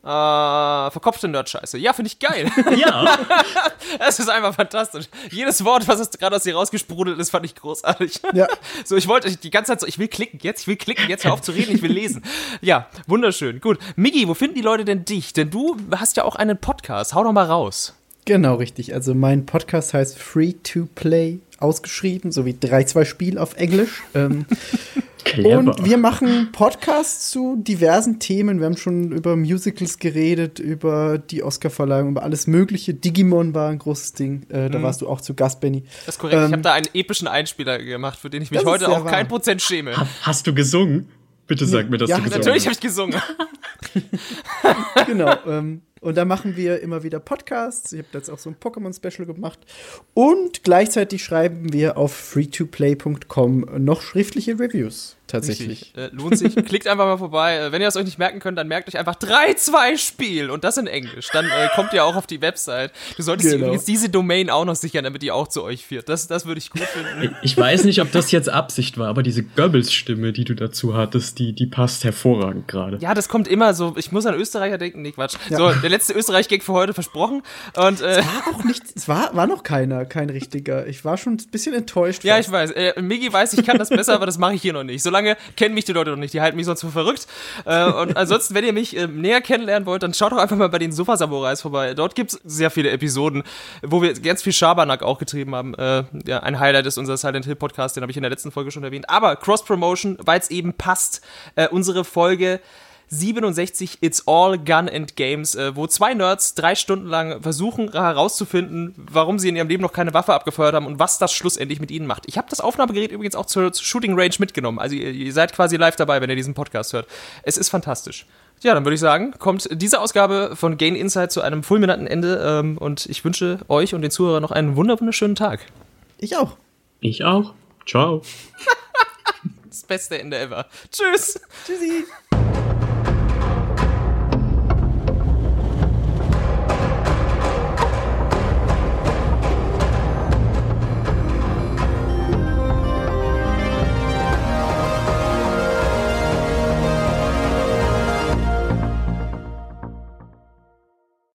Äh, verkopfte Nerd-Scheiße. Ja, finde ich geil. Ja. Es ist einfach fantastisch. Jedes Wort, was gerade aus dir rausgesprudelt ist, fand ich großartig. Ja. So, ich wollte die ganze Zeit so, ich will klicken jetzt, ich will klicken jetzt, hör auf zu reden, ich will lesen. Ja, wunderschön. Gut. Miggi, wo finden die Leute denn dich? Denn du hast ja auch einen Podcast. Hau doch mal raus. Genau, richtig. Also mein Podcast heißt Free to Play, ausgeschrieben, sowie drei zwei Spiel auf Englisch. ähm, Clever. Und wir machen Podcasts zu diversen Themen. Wir haben schon über Musicals geredet, über die Oscarverleihung, über alles Mögliche. Digimon war ein großes Ding. Äh, da mhm. warst du auch zu Gast, Benny. Das ist korrekt. Ähm, ich habe da einen epischen Einspieler gemacht, für den ich mich heute auch wahr. kein Prozent schäme. Ha- hast du gesungen? Bitte sag mir, dass ja, du gesungen natürlich habe ich gesungen. Genau. Ähm, und da machen wir immer wieder Podcasts. Ich habe jetzt auch so ein Pokémon-Special gemacht. Und gleichzeitig schreiben wir auf free to play punkt com noch schriftliche Reviews. tatsächlich. Äh, lohnt sich, klickt einfach mal vorbei. Äh, wenn ihr es euch nicht merken könnt, dann merkt euch einfach drei zwei Spiel und das in Englisch. Dann äh, kommt ihr auch auf die Website. Du solltest Genau. übrigens diese Domain auch noch sichern, damit die auch zu euch führt. Das, das würde ich gut finden. Ich weiß nicht, ob das jetzt Absicht war, aber diese Goebbels-Stimme, die du dazu hattest, die, die passt hervorragend gerade. Ja, das kommt immer so. Ich muss an Österreicher denken. Nee, Quatsch. Ja. So, der letzte Österreich-Gag für heute versprochen. Und, äh, es war auch nicht, es war, war noch keiner, kein richtiger. Ich war schon ein bisschen enttäuscht. Ja, ich weiß. Äh, Miggi weiß, ich kann das besser, aber das mache ich hier noch nicht. Solange kennen mich die Leute noch nicht. Die halten mich sonst für verrückt. Äh, und ansonsten, wenn ihr mich äh, näher kennenlernen wollt, dann schaut doch einfach mal bei den Sofa-Samurais vorbei. Dort gibt's sehr viele Episoden, wo wir ganz viel Schabernack auch getrieben haben. Äh, ja, ein Highlight ist unser Silent Hill Podcast, den habe ich in der letzten Folge schon erwähnt. Aber Cross-Promotion, weil es eben passt. Äh, unsere Folge siebenundsechzig It's All Gun and Games, äh, wo zwei Nerds drei Stunden lang versuchen herauszufinden, warum sie in ihrem Leben noch keine Waffe abgefeuert haben und was das schlussendlich mit ihnen macht. Ich habe das Aufnahmegerät übrigens auch zur, zur Shooting Range mitgenommen, also ihr, ihr seid quasi live dabei, wenn ihr diesen Podcast hört. Es ist fantastisch. Ja, dann würde ich sagen, kommt diese Ausgabe von Gain Insight zu einem fulminanten Ende ähm, und ich wünsche euch und den Zuhörern noch einen wunderschönen Tag. Ich auch. Ich auch. Ciao. Das beste Ende ever. Tschüss. Tschüssi.